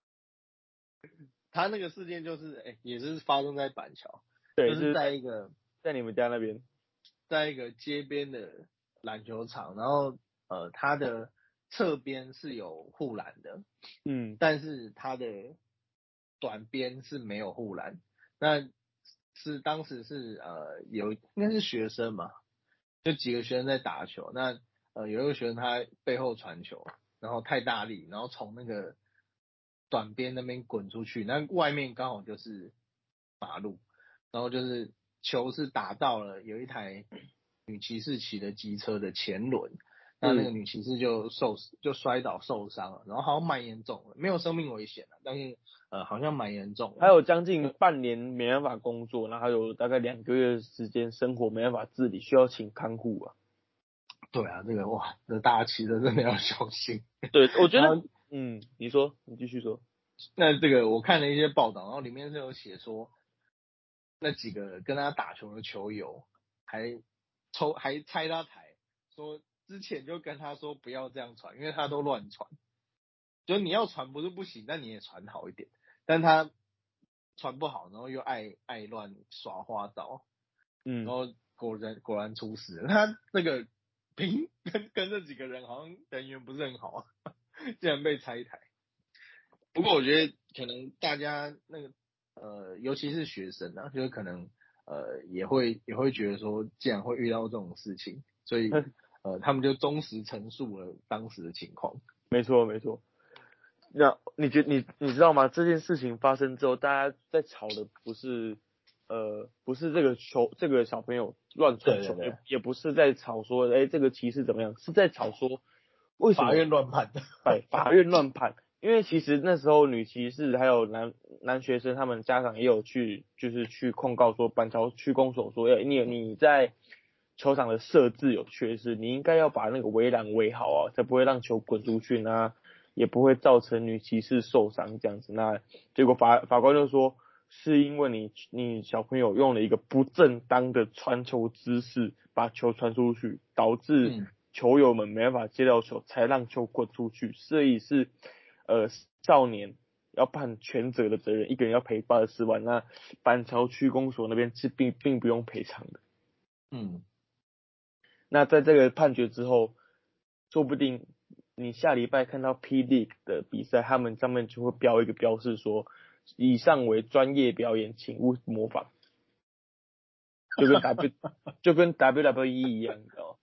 他那个事件就是也是发生在板桥， 对， 就是在你们家那边。 在一个街边的篮球场，然后它的侧边是有护栏的，但是它的短边是没有护栏。那当时是应该是学生嘛，就几个学生在打球，那有一个学生他背后传球，然后太大力，然后从那个短边那边滚出去，那外面刚好就是马路，然后就是球是打到了有一台女骑士骑的机车的前轮，那个女骑士就摔倒受伤了，然后好像蛮严重的，没有生命危险了，但是好像蛮严重的。 还有将近半年没办法工作，然后还有大概2个月的时间生活没办法自理，需要请看护啊。 对啊，这个哇，这大家骑的真的要小心。 对，我觉得，你说，你继续说。 那这个我看了一些报道，然后里面是有写说，那几个跟他打球的球友还拆他台，说之前就跟他说不要这样传，因为他都乱传。就你要传不是不行，但你也传好一点。但他传不好，然后又爱乱耍花招，然后果然出事了。他那个跟这几个人好像人缘不是很好啊，竟然被拆台。不过我觉得可能大家那个尤其是学生啊，就是可能也会觉得说，既然会遇到这种事情，所以他们就忠实陈述了当时的情况。 没错没错。那你知道吗？这件事情发生之后，大家在吵的不是这个小朋友乱传球， 对， 也不是在吵说这个歧视怎么样，是在吵说为什么法院乱判的。 法院乱判。因为其实那时候女骑士还有男学生，他们家长也有就是去控告说板桥区公所说，你在球场的设置有缺失，你应该要把那个围栏围好啊，才不会让球滚出去呢，也不会造成女骑士受伤这样子。那结果法官就说，是因为你小朋友用了一个不正当的传球姿势把球传出去，导致球友们没办法接到球，才让球滚出去，所以是少年要判全责的责任，一个人要赔84万，那板桥区公所那边是并不用赔偿的。那在这个判决之后，说不定你下礼拜看到 P League 的比赛，他们上面就会标一个标示说，以上为专业表演，请勿模仿，就跟 WWE 一样，你知道吗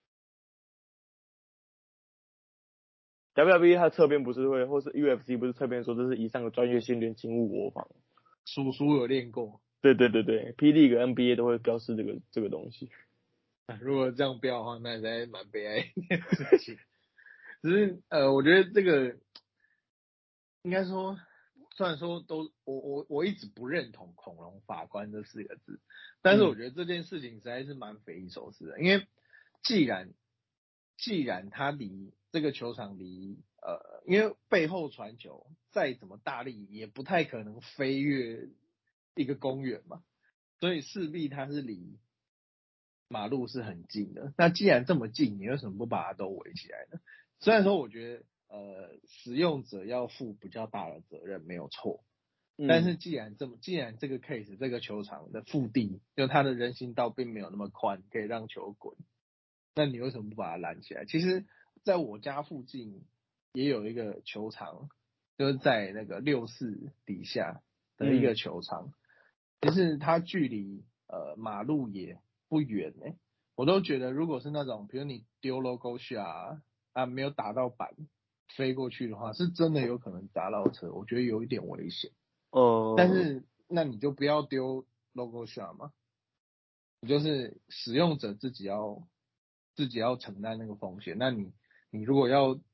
？WWE 它侧边不是会，或是 UFC 不是侧边说这是以上的专业训练，请勿模仿。 叔叔有练过。 对，P League NBA 都会标示这个东西。 如果这样标的话，那实在蛮悲哀的一件事情。只是我觉得这个应该说，虽然说我一直不认同恐龙法官这4个字，但是我觉得这件事情实在是蛮匪夷所思的。因为既然他离这个球场因为背后传球再怎么大力也不太可能飞越一个公园嘛，所以势必它是离马路是很近的。那既然这么近，你为什么不把它都围起来呢？虽然说我觉得使用者要负比较大的责任没有错，但是既然这个 case 这个球场的腹地就它的人行道并没有那么宽，可以让球滚，那你为什么不把它拦起来？其实在我家附近也有一个球场，就是在那个64底下的一个球场，其实它距离马路也不远我都觉得如果是那种比如你丢 logo 下没有打到板飞过去的话，是真的有可能砸到车，我觉得有一点危险。但是那你就不要丢 logo 下嘛，你就是使用者自己要承担那个风险。那你如果要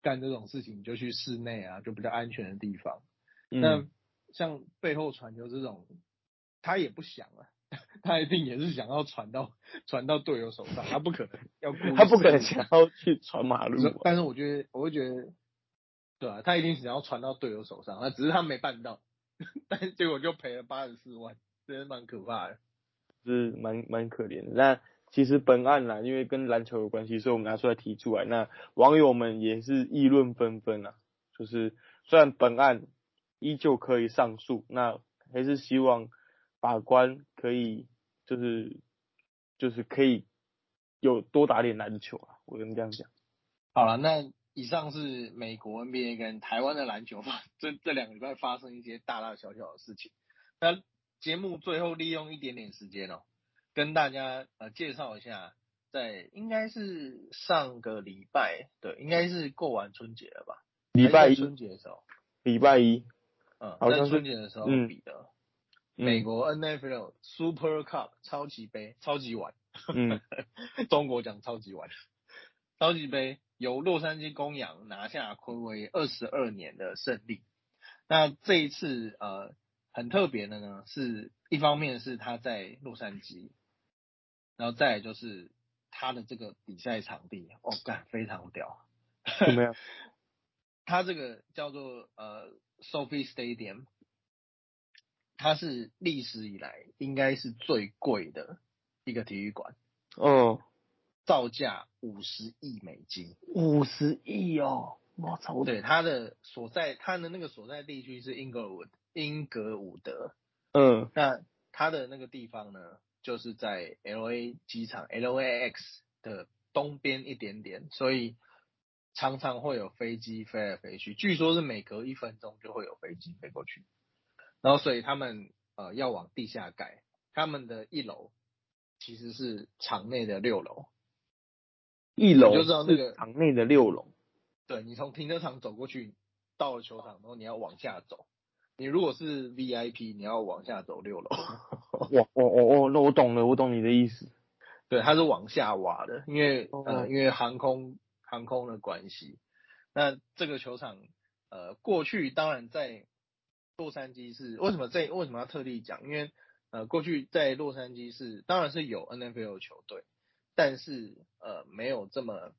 干这种事情，你就去室内啊，就比较安全的地方。 嗯， 那像背后传球这种，他也不想啊，他一定也是想要传到队友手上，他不可能要故意他不可能射想要去传马路啊。 但是我会觉得，对啊，他一定想要传到队友手上，那只是他没办到，但结果就赔了84万，真的蛮可怕的。 是蛮可怜的。那其实本案啦，因为跟篮球有关系，所以我们拿出来提出来。那网友们也是议论纷纷啊，就是虽然本案依旧可以上诉，那还是希望法官可以就是可以有多打点篮球啊，我跟这样讲。 好了，那以上是美国 NBA 跟台湾的篮球这两个礼拜发生一些大大小小的事情。那节目最后利用一点点时间哦，跟大家介绍一下，在应该是上个礼拜，对，应该是过完春节了吧？还是在礼拜一， 春节的时候？ 礼拜一好在像是， 春节的时候比的美嗯国 NFL Super Cup 超级杯超级碗， 嗯中国讲超级碗。超级杯由洛杉矶公羊拿下暌违22年的胜利。那这一次很特别的呢，是一方面是他在洛杉矶，然后再来就是他的这个比赛场地，干非常屌。 怎么样？ 他这个叫做Sophie Stadium，它是历史以来应该是最贵的一个体育馆， 哦， 造价$50亿。 50亿哦，我操！ 对，他的那个所在地区是英格伍德， 嗯那他的那个地方呢，就是在 LA 机场 LAX 的东边一点点，所以常常会有飞机飞来飞去，据说是每隔1分钟就会有飞机飞过去，然后所以他们要往地下盖，他们的1楼其实是场内的6楼， 一你就楼是知道那个场内的6楼。 对，你从停车场走过去，到了球场，然后你要往下走。你如果是 VIP，你要往下走6楼。 哇那我懂了，我懂你的意思。 对，它是往下挖的， 哦， 因为航空的关系。那这个球场过去当然在洛杉矶是为什么要特地讲？因为过去在洛杉矶当然是有 NFL 球队，但是没有这么，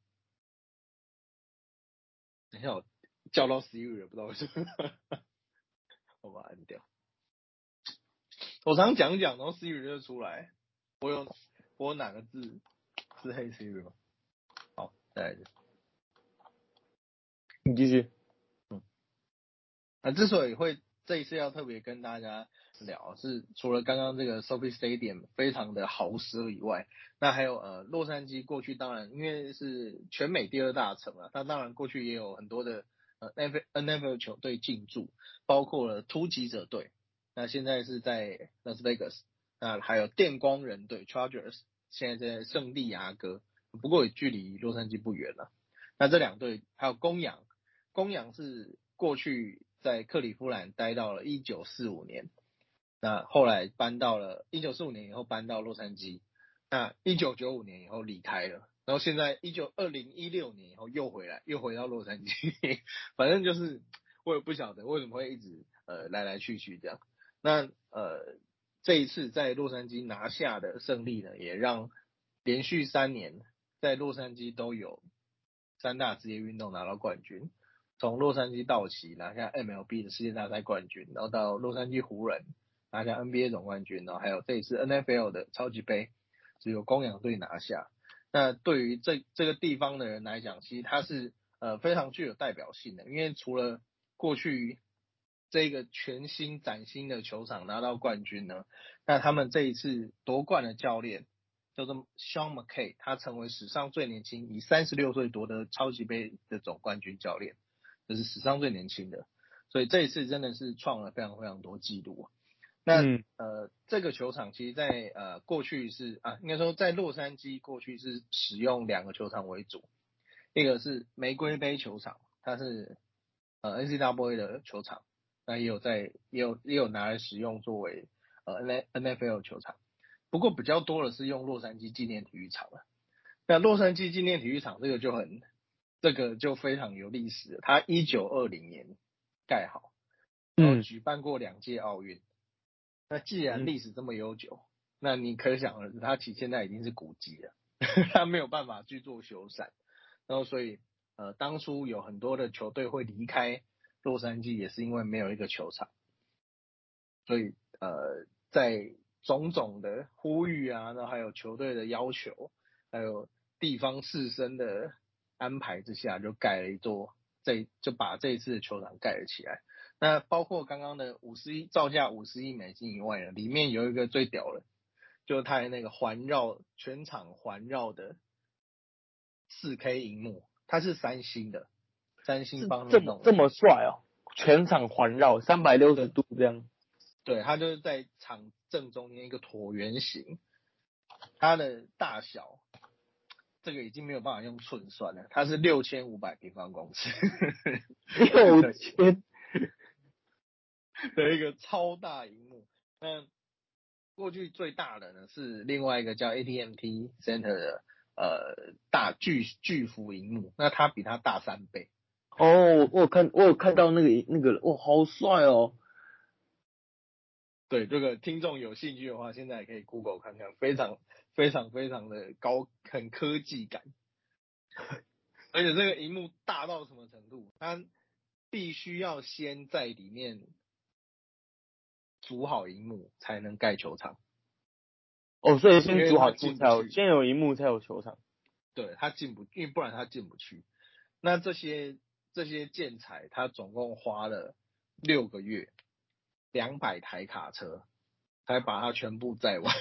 等一下我叫到 Siri 了，不知道为什么，我把它按掉。我常讲讲，然后 Siri 就出来。我有哪个字是黑 Siri 吗？好，再来一次。 你继续。 之所以会这一次要特别跟大家聊，是除了刚刚这个 Sophie Stadium 非常的豪奢以外，那还有洛杉矶过去当然因为是全美第2大城啊，它当然过去也有很多的NFL 球队进驻，包括了突击者队，那现在是在 Las Vegas，那还有电光人队 Chargers，现在在圣地亚哥，不过也距离洛杉矶不远了。那这2队还有公羊是过去在克利夫兰待到了1945年，那后来搬到了1945年以后搬到洛杉矶，那1995年以后离开了，然后现在2016年以后又回到洛杉矶，反正就是我也不晓得为什么会一直来去这样。那这一次在洛杉矶拿下的胜利呢，也让连续3年在洛杉矶都有3大职业运动拿到冠军。从洛杉矶道奇拿下 MLB 的世界大赛冠军，然后到洛杉矶湖人拿下 NBA 总冠军，然后还有这一次 NFL 的超级杯是由公羊队拿下。那对于这个地方的人来讲，其实它是非常具有代表性的，因为除了过去这个全新崭新的球场拿到冠军呢，那他们这一次夺冠的教练叫做 Sean McKay， 他成为史上最年轻以36岁夺得超级杯的总冠军教练。这是史上最年轻的，所以这一次真的是创了非常非常多纪录。那这个球场其实在过去是应该说在洛杉矶过去是使用2个球场为主，一个是玫瑰杯球场，它是NCAA 的球场，那也有拿来使用作为NFL 球场，不过比较多的是用洛杉矶纪念体育场了。那洛杉矶纪念体育场这个就很这个就非常有历史了。它1920年盖好，然后举办过2届奥运。那既然历史这么悠久，那你可想而知，它其实现在已经是古迹了，它没有办法去做修缮。然后所以当初有很多的球队会离开洛杉矶，也是因为没有一个球场。所以在种种的呼吁啊，那还有球队的要求，还有地方士绅的安排之下，就盖了一座，就把这一次的球场盖了起来。那包括刚刚的造价$50亿以外呢，里面有一个最屌的，就是它的那个全场环绕的4K 荧幕，它是三星帮他们弄的， 这么帅哦，全场环绕360度这样。 对，它就是在场正中间一个椭圆形，它的大小这个已经没有办法用寸算了，它是6500平方公尺 6000 的一个超大荧幕。那过去最大的呢是另外一个叫 AT&T Center 的大巨幅荧幕，那它比它大3倍。 哦，我有看到那个，哇，好帅哦！ 对，这个听众有兴趣的话，现在也可以 Google 看看，非常非常非常的高，很科技感。而且这个荧幕大到什么程度？它必须要先在里面组好荧幕才能盖球场。 哦，所以先因为它组好荧幕进不去， 先有荧幕才有球场。 对，它因为不然它进不去。那这些建材，它总共花了6个月，200台卡车才把它全部载完。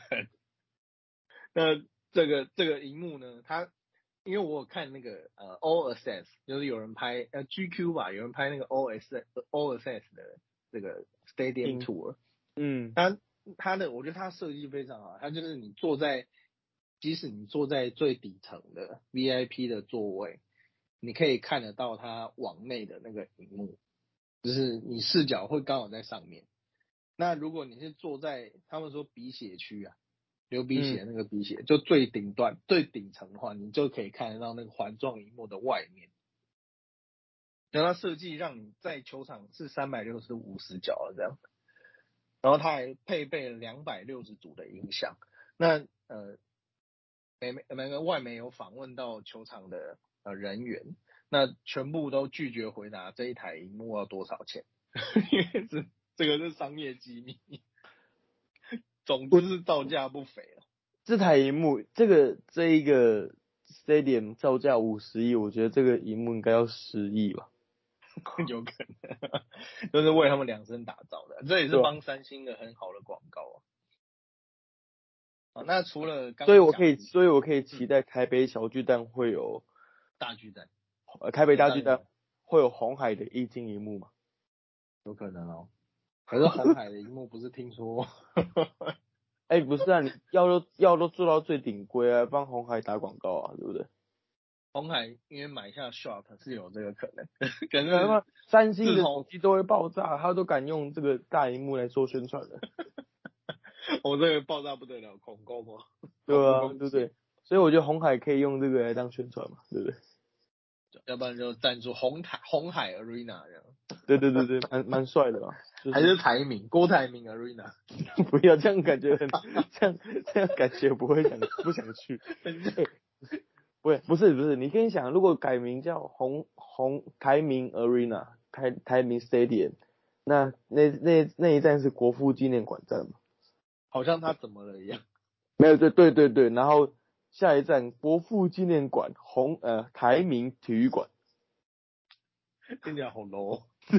那这个荧幕呢，因为我有看那个All Access， 就是有人拍GQ 吧，有人拍那个 All Access 的这个 Stadium Tour。我觉得它设计非常好，它就是即使你坐在最底层的 VIP 的座位，你可以看得到它往内的那个荧幕，就是你视角会刚好在上面。那如果你是坐在他们说鼻血区啊，流鼻血那个鼻血，就最顶端最顶层的话，你就可以看得到那个环状荧幕的外面。然后它设计让你在球场是365死角的这样，然后它还配备了260组的音响。那每个外媒有访问到球场的人员，那全部都拒绝回答这一台荧幕要多少钱，因为这个是商业机密。总之是造价不菲了。 这台荧幕，这一个 Stadium 造价50亿，我觉得这个荧幕应该要10亿吧。 有可能，就是为他们量身打造的，这也是帮三星的很好的广告啊。那除了刚刚讲， 所以我可以期待台北小巨蛋会有大巨蛋， 台北大巨蛋会有红海的液晶荧幕嘛？ 有可能哦。可是红海的荧幕不是听说？ 哎，不是啊，你都做到最顶规啊，帮红海打广告啊，对不对？ 红海因为买下 Sharp 是有这个可能，可是三星的手机都会爆炸，他都敢用这个大荧幕来做宣传的。 我这个爆炸不得了，恐攻哦， 对啊，对不对？所以我觉得红海可以用这个来当宣传嘛，对不对？ 要不然就赞助红海 Arena 这样。 对，蛮帅的嘛。 还是郭台铭 Arena。 不要这样，感觉这样感觉不想去。不是，你可以想，如果改名叫台铭 Arena， 台铭 Stadium， 那一站是国父纪念馆站嘛？ 好像他怎么了一样。 没有，对，然后下一站国父纪念馆台铭体育馆， 听起来好 low。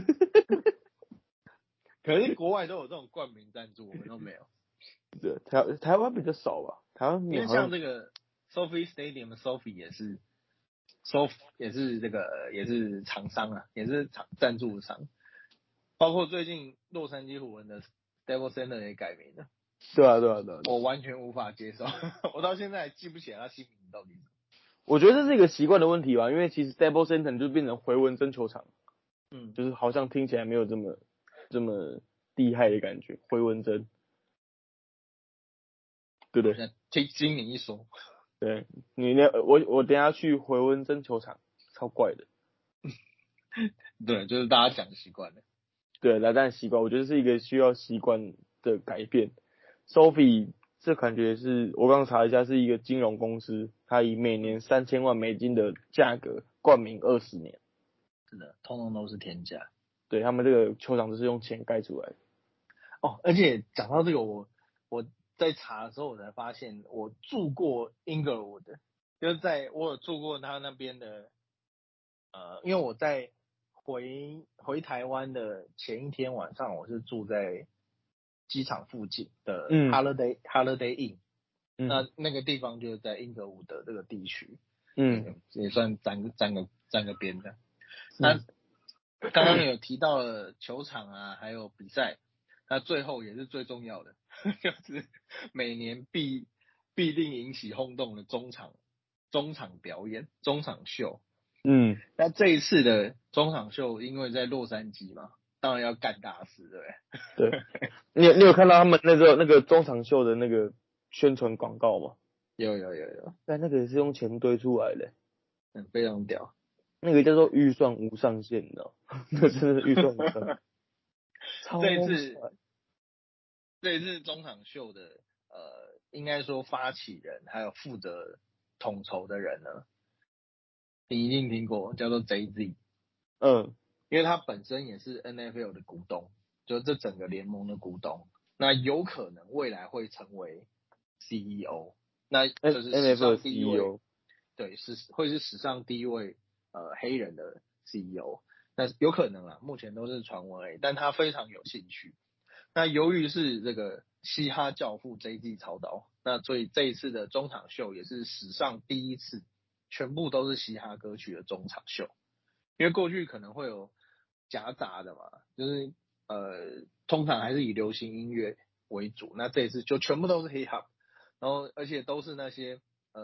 可是国外都有这种冠名赞助，我们都没有。 对，台湾比较少吧，台湾因为像这个 Sophie Stadium 的 Sophie 也是也是厂商啊，也是赞助商。包括最近洛杉矶湖人的 Staples Center 也改名了。 对啊， 我完全无法接受，我到现在还记不起来他新名到底是什么。 我觉得这是一个习惯的问题吧，因为其实 Staples Center 就变成回纹针球场，就是好像听起来没有这么厉害的感觉，回纹针，对不对？ 听你一说， 对，我等一下去回纹针球场超怪的。 对，就是大家讲习惯了。 对，来但习惯，我觉得是一个需要习惯的改变。Sophie 这感觉是我刚查一下，是一个金融公司，它以每年$3000万的价格冠名20年。 是的，通通都是天价。 对，他们这个球场就是用钱盖出来的。 哦，而且讲到这个，我在查的时候，我才发现我住过 Inglewood，就是我有住过他那边的，因为我在回台湾的前一天晚上，我是住在机场附近的 Holiday Inn，那个地方就是在英格伍德这个地区，也算沾个边的。那刚刚有提到了球场啊，还有比赛，那最后也是最重要的，就是每年必定引起轰动的中场表演、中场秀。那这一次的中场秀，因为在洛杉矶嘛，当然要干大事，对不对？对，你有看到他们那个中场秀的那个宣传广告吗？ 有， 但那个也是用钱堆出来的， 非常屌。 那个叫做预算无上限，你知道？那真的是预算无上限，超帅。 这一次中场秀的应该说发起人还有负责统筹的人呢，你一定听过，叫做 Jay-Z。因为他本身也是 NFL 的股东，就这整个联盟的股东，那有可能未来会成为 CEO， 那就是史上第一位，对，会是史上第一位黑人的 CEO， 那有可能啦，目前都是传闻而已，但他非常有兴趣。那由于是这个嘻哈教父 Jay-Z 操刀，那所以这一次的中场秀也是史上第一次，全部都是嘻哈歌曲的中场秀。因为过去可能会有夹杂的嘛，就是通常还是以流行音乐为主，那这一次就全部都是 hip hop， 然后而且都是那些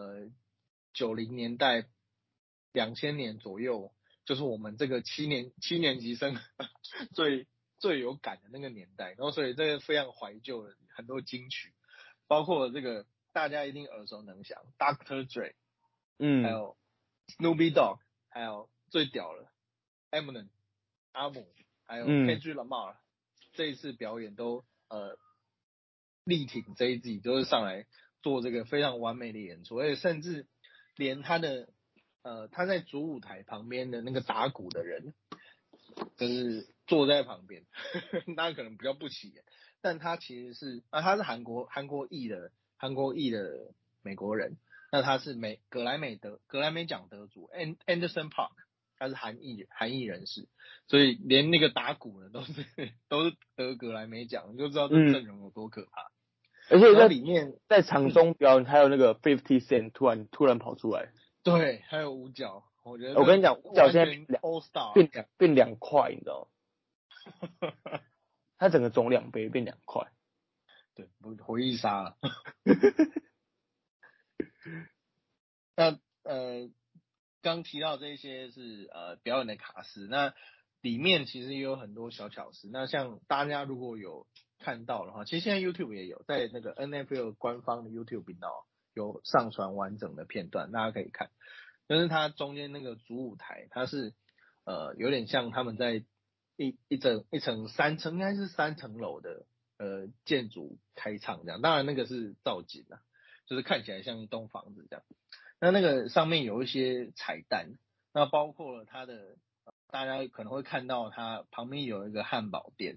90年代、2000年左右，就是我们这个七年级生最有感的那个年代，然后所以这个非常怀旧的很多金曲，包括这个大家一定耳熟能详 Dr. Dre， 还有 Snoopy Dogg， 还有最屌了 Eminem 阿姆，还有 Kendrick Lamar，这一次表演都力挺 Jay-Z， 就是上来做这个非常完美的演出，而且甚至连他在主舞台旁边的那个打鼓的人，就是坐在旁边，大家可能比较不起眼，但他其实是他是韩国裔的美国人，那他是格莱美奖得主 Anderson Park， 他是韩裔人士，所以连那个打鼓的都是得格莱美奖，你就知道这阵容有多可怕。 而且在里面在场中表演，还有那个50 Cent 突然跑出来， 对，还有五角，我觉得我跟你讲，五角现在 All Star 变2块，你知道吗？它整个肿2倍，变2块。 对，回忆杀了。那刚提到这些是表演的卡司，那里面其实也有很多小巧思。那像大家如果有看到的话，其实现在 YouTube 也有，在那个 NFL 官方的 YouTube 频道有上传完整的片段，大家可以看。就是它中间那个主舞台，它是有点像他们在一层应该是3层楼的建筑开唱这样，当然那个是造景啊，就是看起来像一栋房子这样。那个上面有一些彩蛋，那包括了它的，大家可能会看到它旁边有一个汉堡店，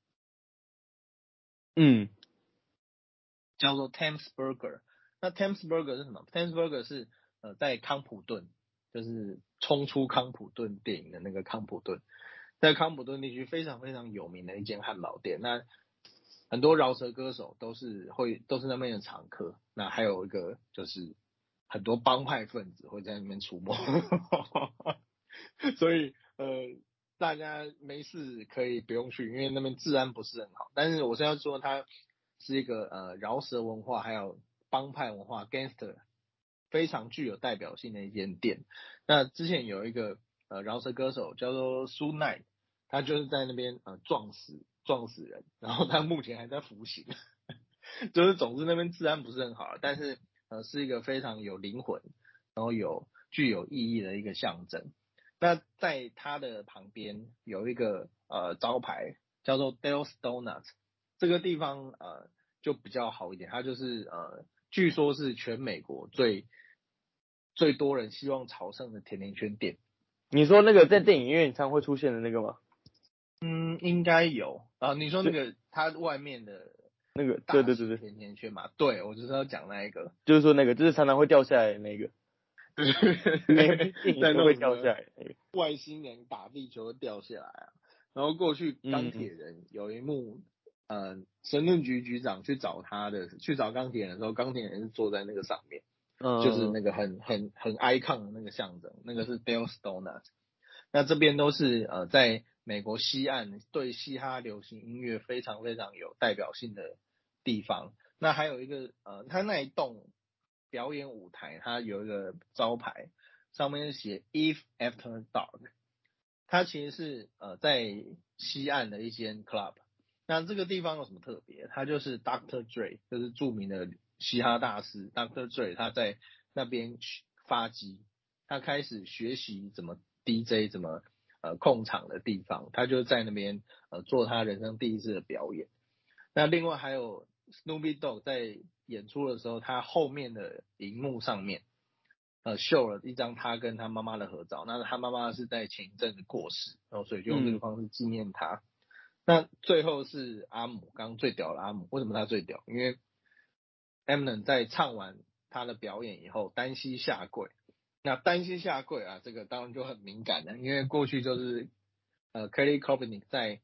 叫做 Thames Burger。那 Thames Burger 是什么？Thames Burger 是在康普顿，就是冲出康普顿电影的那个康普顿，在康普顿地区非常非常有名的一间汉堡店。那很多饶舌歌手都是那边的常客。那还有一个就是很多帮派分子会在那边出没，所以大家没事可以不用去，因为那边治安不是很好。但是我是要说它是一个饶舌文化还有帮派文化 gangster 非常具有代表性的一间店。那之前有一个饶舌歌手叫做苏奈，他就是在那边撞死人，然后他目前还在服刑。就是总之那边治安不是很好，但是是一个非常有灵魂，然后具有意义的一个象征。 那在他的旁边有一个招牌叫做 Dale's Donuts， 这个地方就比较好一点，它就是据说是全美国最多人希望朝圣的甜甜圈店。 你说那个在电影院常会出现的那个吗？ 嗯，应该有啊。你说那就个它外面的那个，对大型对对对， 甜甜圈嘛？对，我就是要讲那一个。 就是说那个，就是常常会掉下来的那个，每部电影在都会掉弄什么下来的那个。 外星人打地球掉下来啊。然后过去钢铁嗯人有一幕，神盾局局长去找钢铁人的时候，钢铁人是坐在那个上面，就是嗯那个很 icon 的那个象征，那个是 Dale Donuts。那这边都是在美国西岸对嘻哈流行音乐非常非常有代表性的地方。那还有一个它那一栋表演舞台，它有一个招牌，上面是写 Eve After Dark，它其实是在西岸的一间 club。那这个地方有什么特别？它就是 Dr. Dre，就是著名的嘻哈大师 Dr. Dre，他在那边发迹，他开始学习怎么 DJ，怎么控场的地方，他就在那边做他人生第一次的表演。那另外还有 Snoopy Dogg 在演出的时候，他后面的荧幕上面秀了一张他跟他妈妈的合照。那他妈妈是在前一阵子过世，然后所以就用这个嗯方式纪念他。那最后是阿姆，刚刚最屌的阿姆，为什么他最屌？因为 Eminem 在唱完他的表演以后单膝下跪。那单膝下跪啊，这个当然就很敏感了，因为过去就是Kelly Kaepernick 在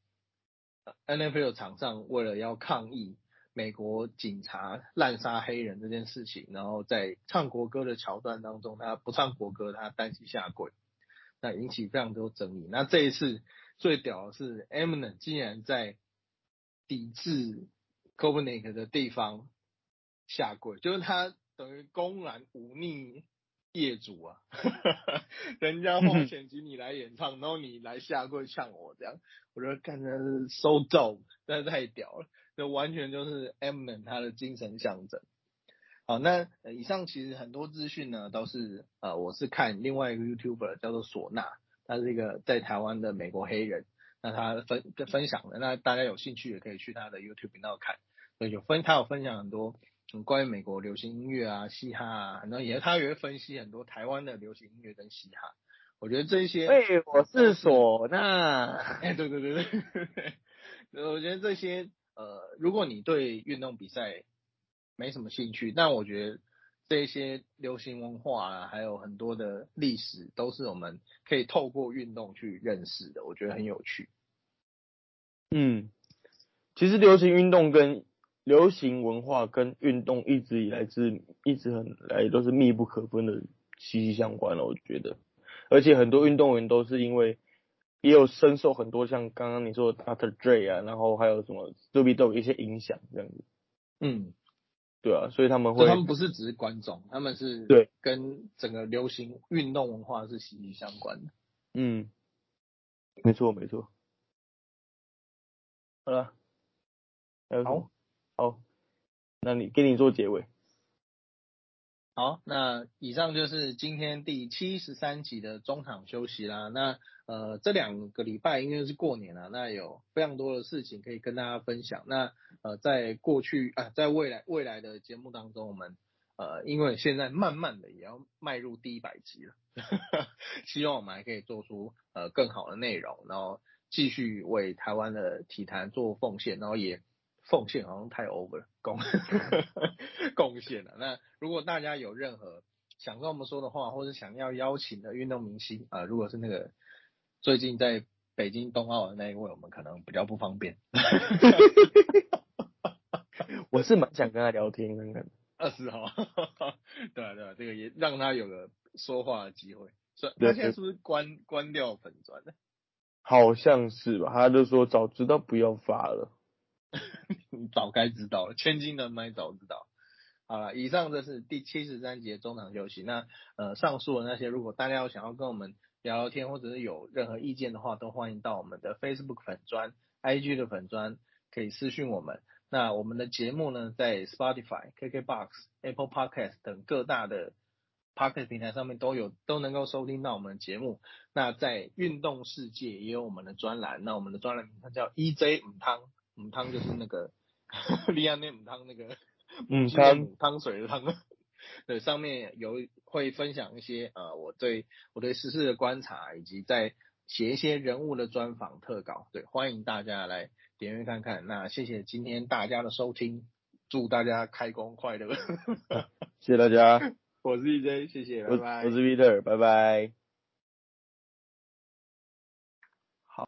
NFL 场上为了要抗议美国警察滥杀黑人这件事情，然后在唱国歌的桥段当中，他不唱国歌，他单膝下跪，那引起非常多争议。那这一次最屌的是 Eminem 竟然在抵制 Kaepernick 的地方下跪，就是他等于公然忤逆业主啊，人家花钱请你来演唱，然后你来下跪呛我这样，我觉得干的是 so dope， 真的太屌了，这完全就是 Eminem 他的精神象征。好，那以上其实很多资讯呢都是我是看另外一个 YouTuber 叫做唢呐，他是一个在台湾的美国黑人，那他分享的，那大家有兴趣也可以去他的 YouTube 频道看，所以他有分享很多关于美国流行音乐啊、嘻哈啊，很多他也会分析很多台湾的流行音乐跟嘻哈，我觉得这些喂，我是都是唢呐。 对对对对，我觉得这些如果你对运动比赛没什么兴趣，但我觉得这些流行文化啊，还有很多的历史，都是我们可以透过运动去认识的，我觉得很有趣。 嗯，其实流行文化跟运动一直很来都是密不可分的息息相关了，我觉得。而且很多运动员都是因为也有深受很多像刚刚你说的 Dr. Dre 啊，然后还有什么 Snoop 都有一些影响这样子， 嗯， 对啊，所以他们就他会们不是只是观众，他们是对， 跟整个流行运动文化是息息相关的。 嗯，没错没错。好了，还有什好。 么？好，那给你做结尾。 好，那以上就是今天第73集的中场休息啦。那这2个礼拜因为是过年了，那有非常多的事情可以跟大家分享。那在过去在未来的节目当中，我们因为现在慢慢的也要迈入第100集了，希望我们还可以做出更好的内容，然后继续为台湾的体坛做奉献，然后也奉献好像太 over 了，贡献了。那如果大家有任何想跟我们说的话，或者想要邀请的运动明星如果是那个最近在北京冬奥的那一位，我们可能比较不方便。 我是蛮想跟他聊天看看。 20号，对啊对啊，这个也让他有个说话的机会。所以他对对， 现在是不是关掉粉专了？ 好像是吧？他就说早知道不要发了。 你早该知道了，千金难买早知道。好了，以上这是第73集的中场休息。那上述的那些，如果大家有想要跟我们聊聊天，或者是有任何意见的话，都欢迎到我们的 Facebook 粉专、IG 的粉专可以私讯我们。那我们的节目呢，在 Spotify、KKBox、Apple Podcast 等各大的 Podcast 平台上面都能够收听到我们的节目。那在运动世界也有我们的专栏，那我们的专栏名称叫 EJ 母汤，母汤就是那个利安内母汤那个母鸡的母汤水的汤。对，上面会分享一些我对时事的观察，以及在写一些人物的专访特稿。对，欢迎大家来点阅看看。那谢谢今天大家的收听，祝大家开工快乐。 谢谢大家， 我是 EJ，谢谢，拜拜。 我是 Peter，拜拜。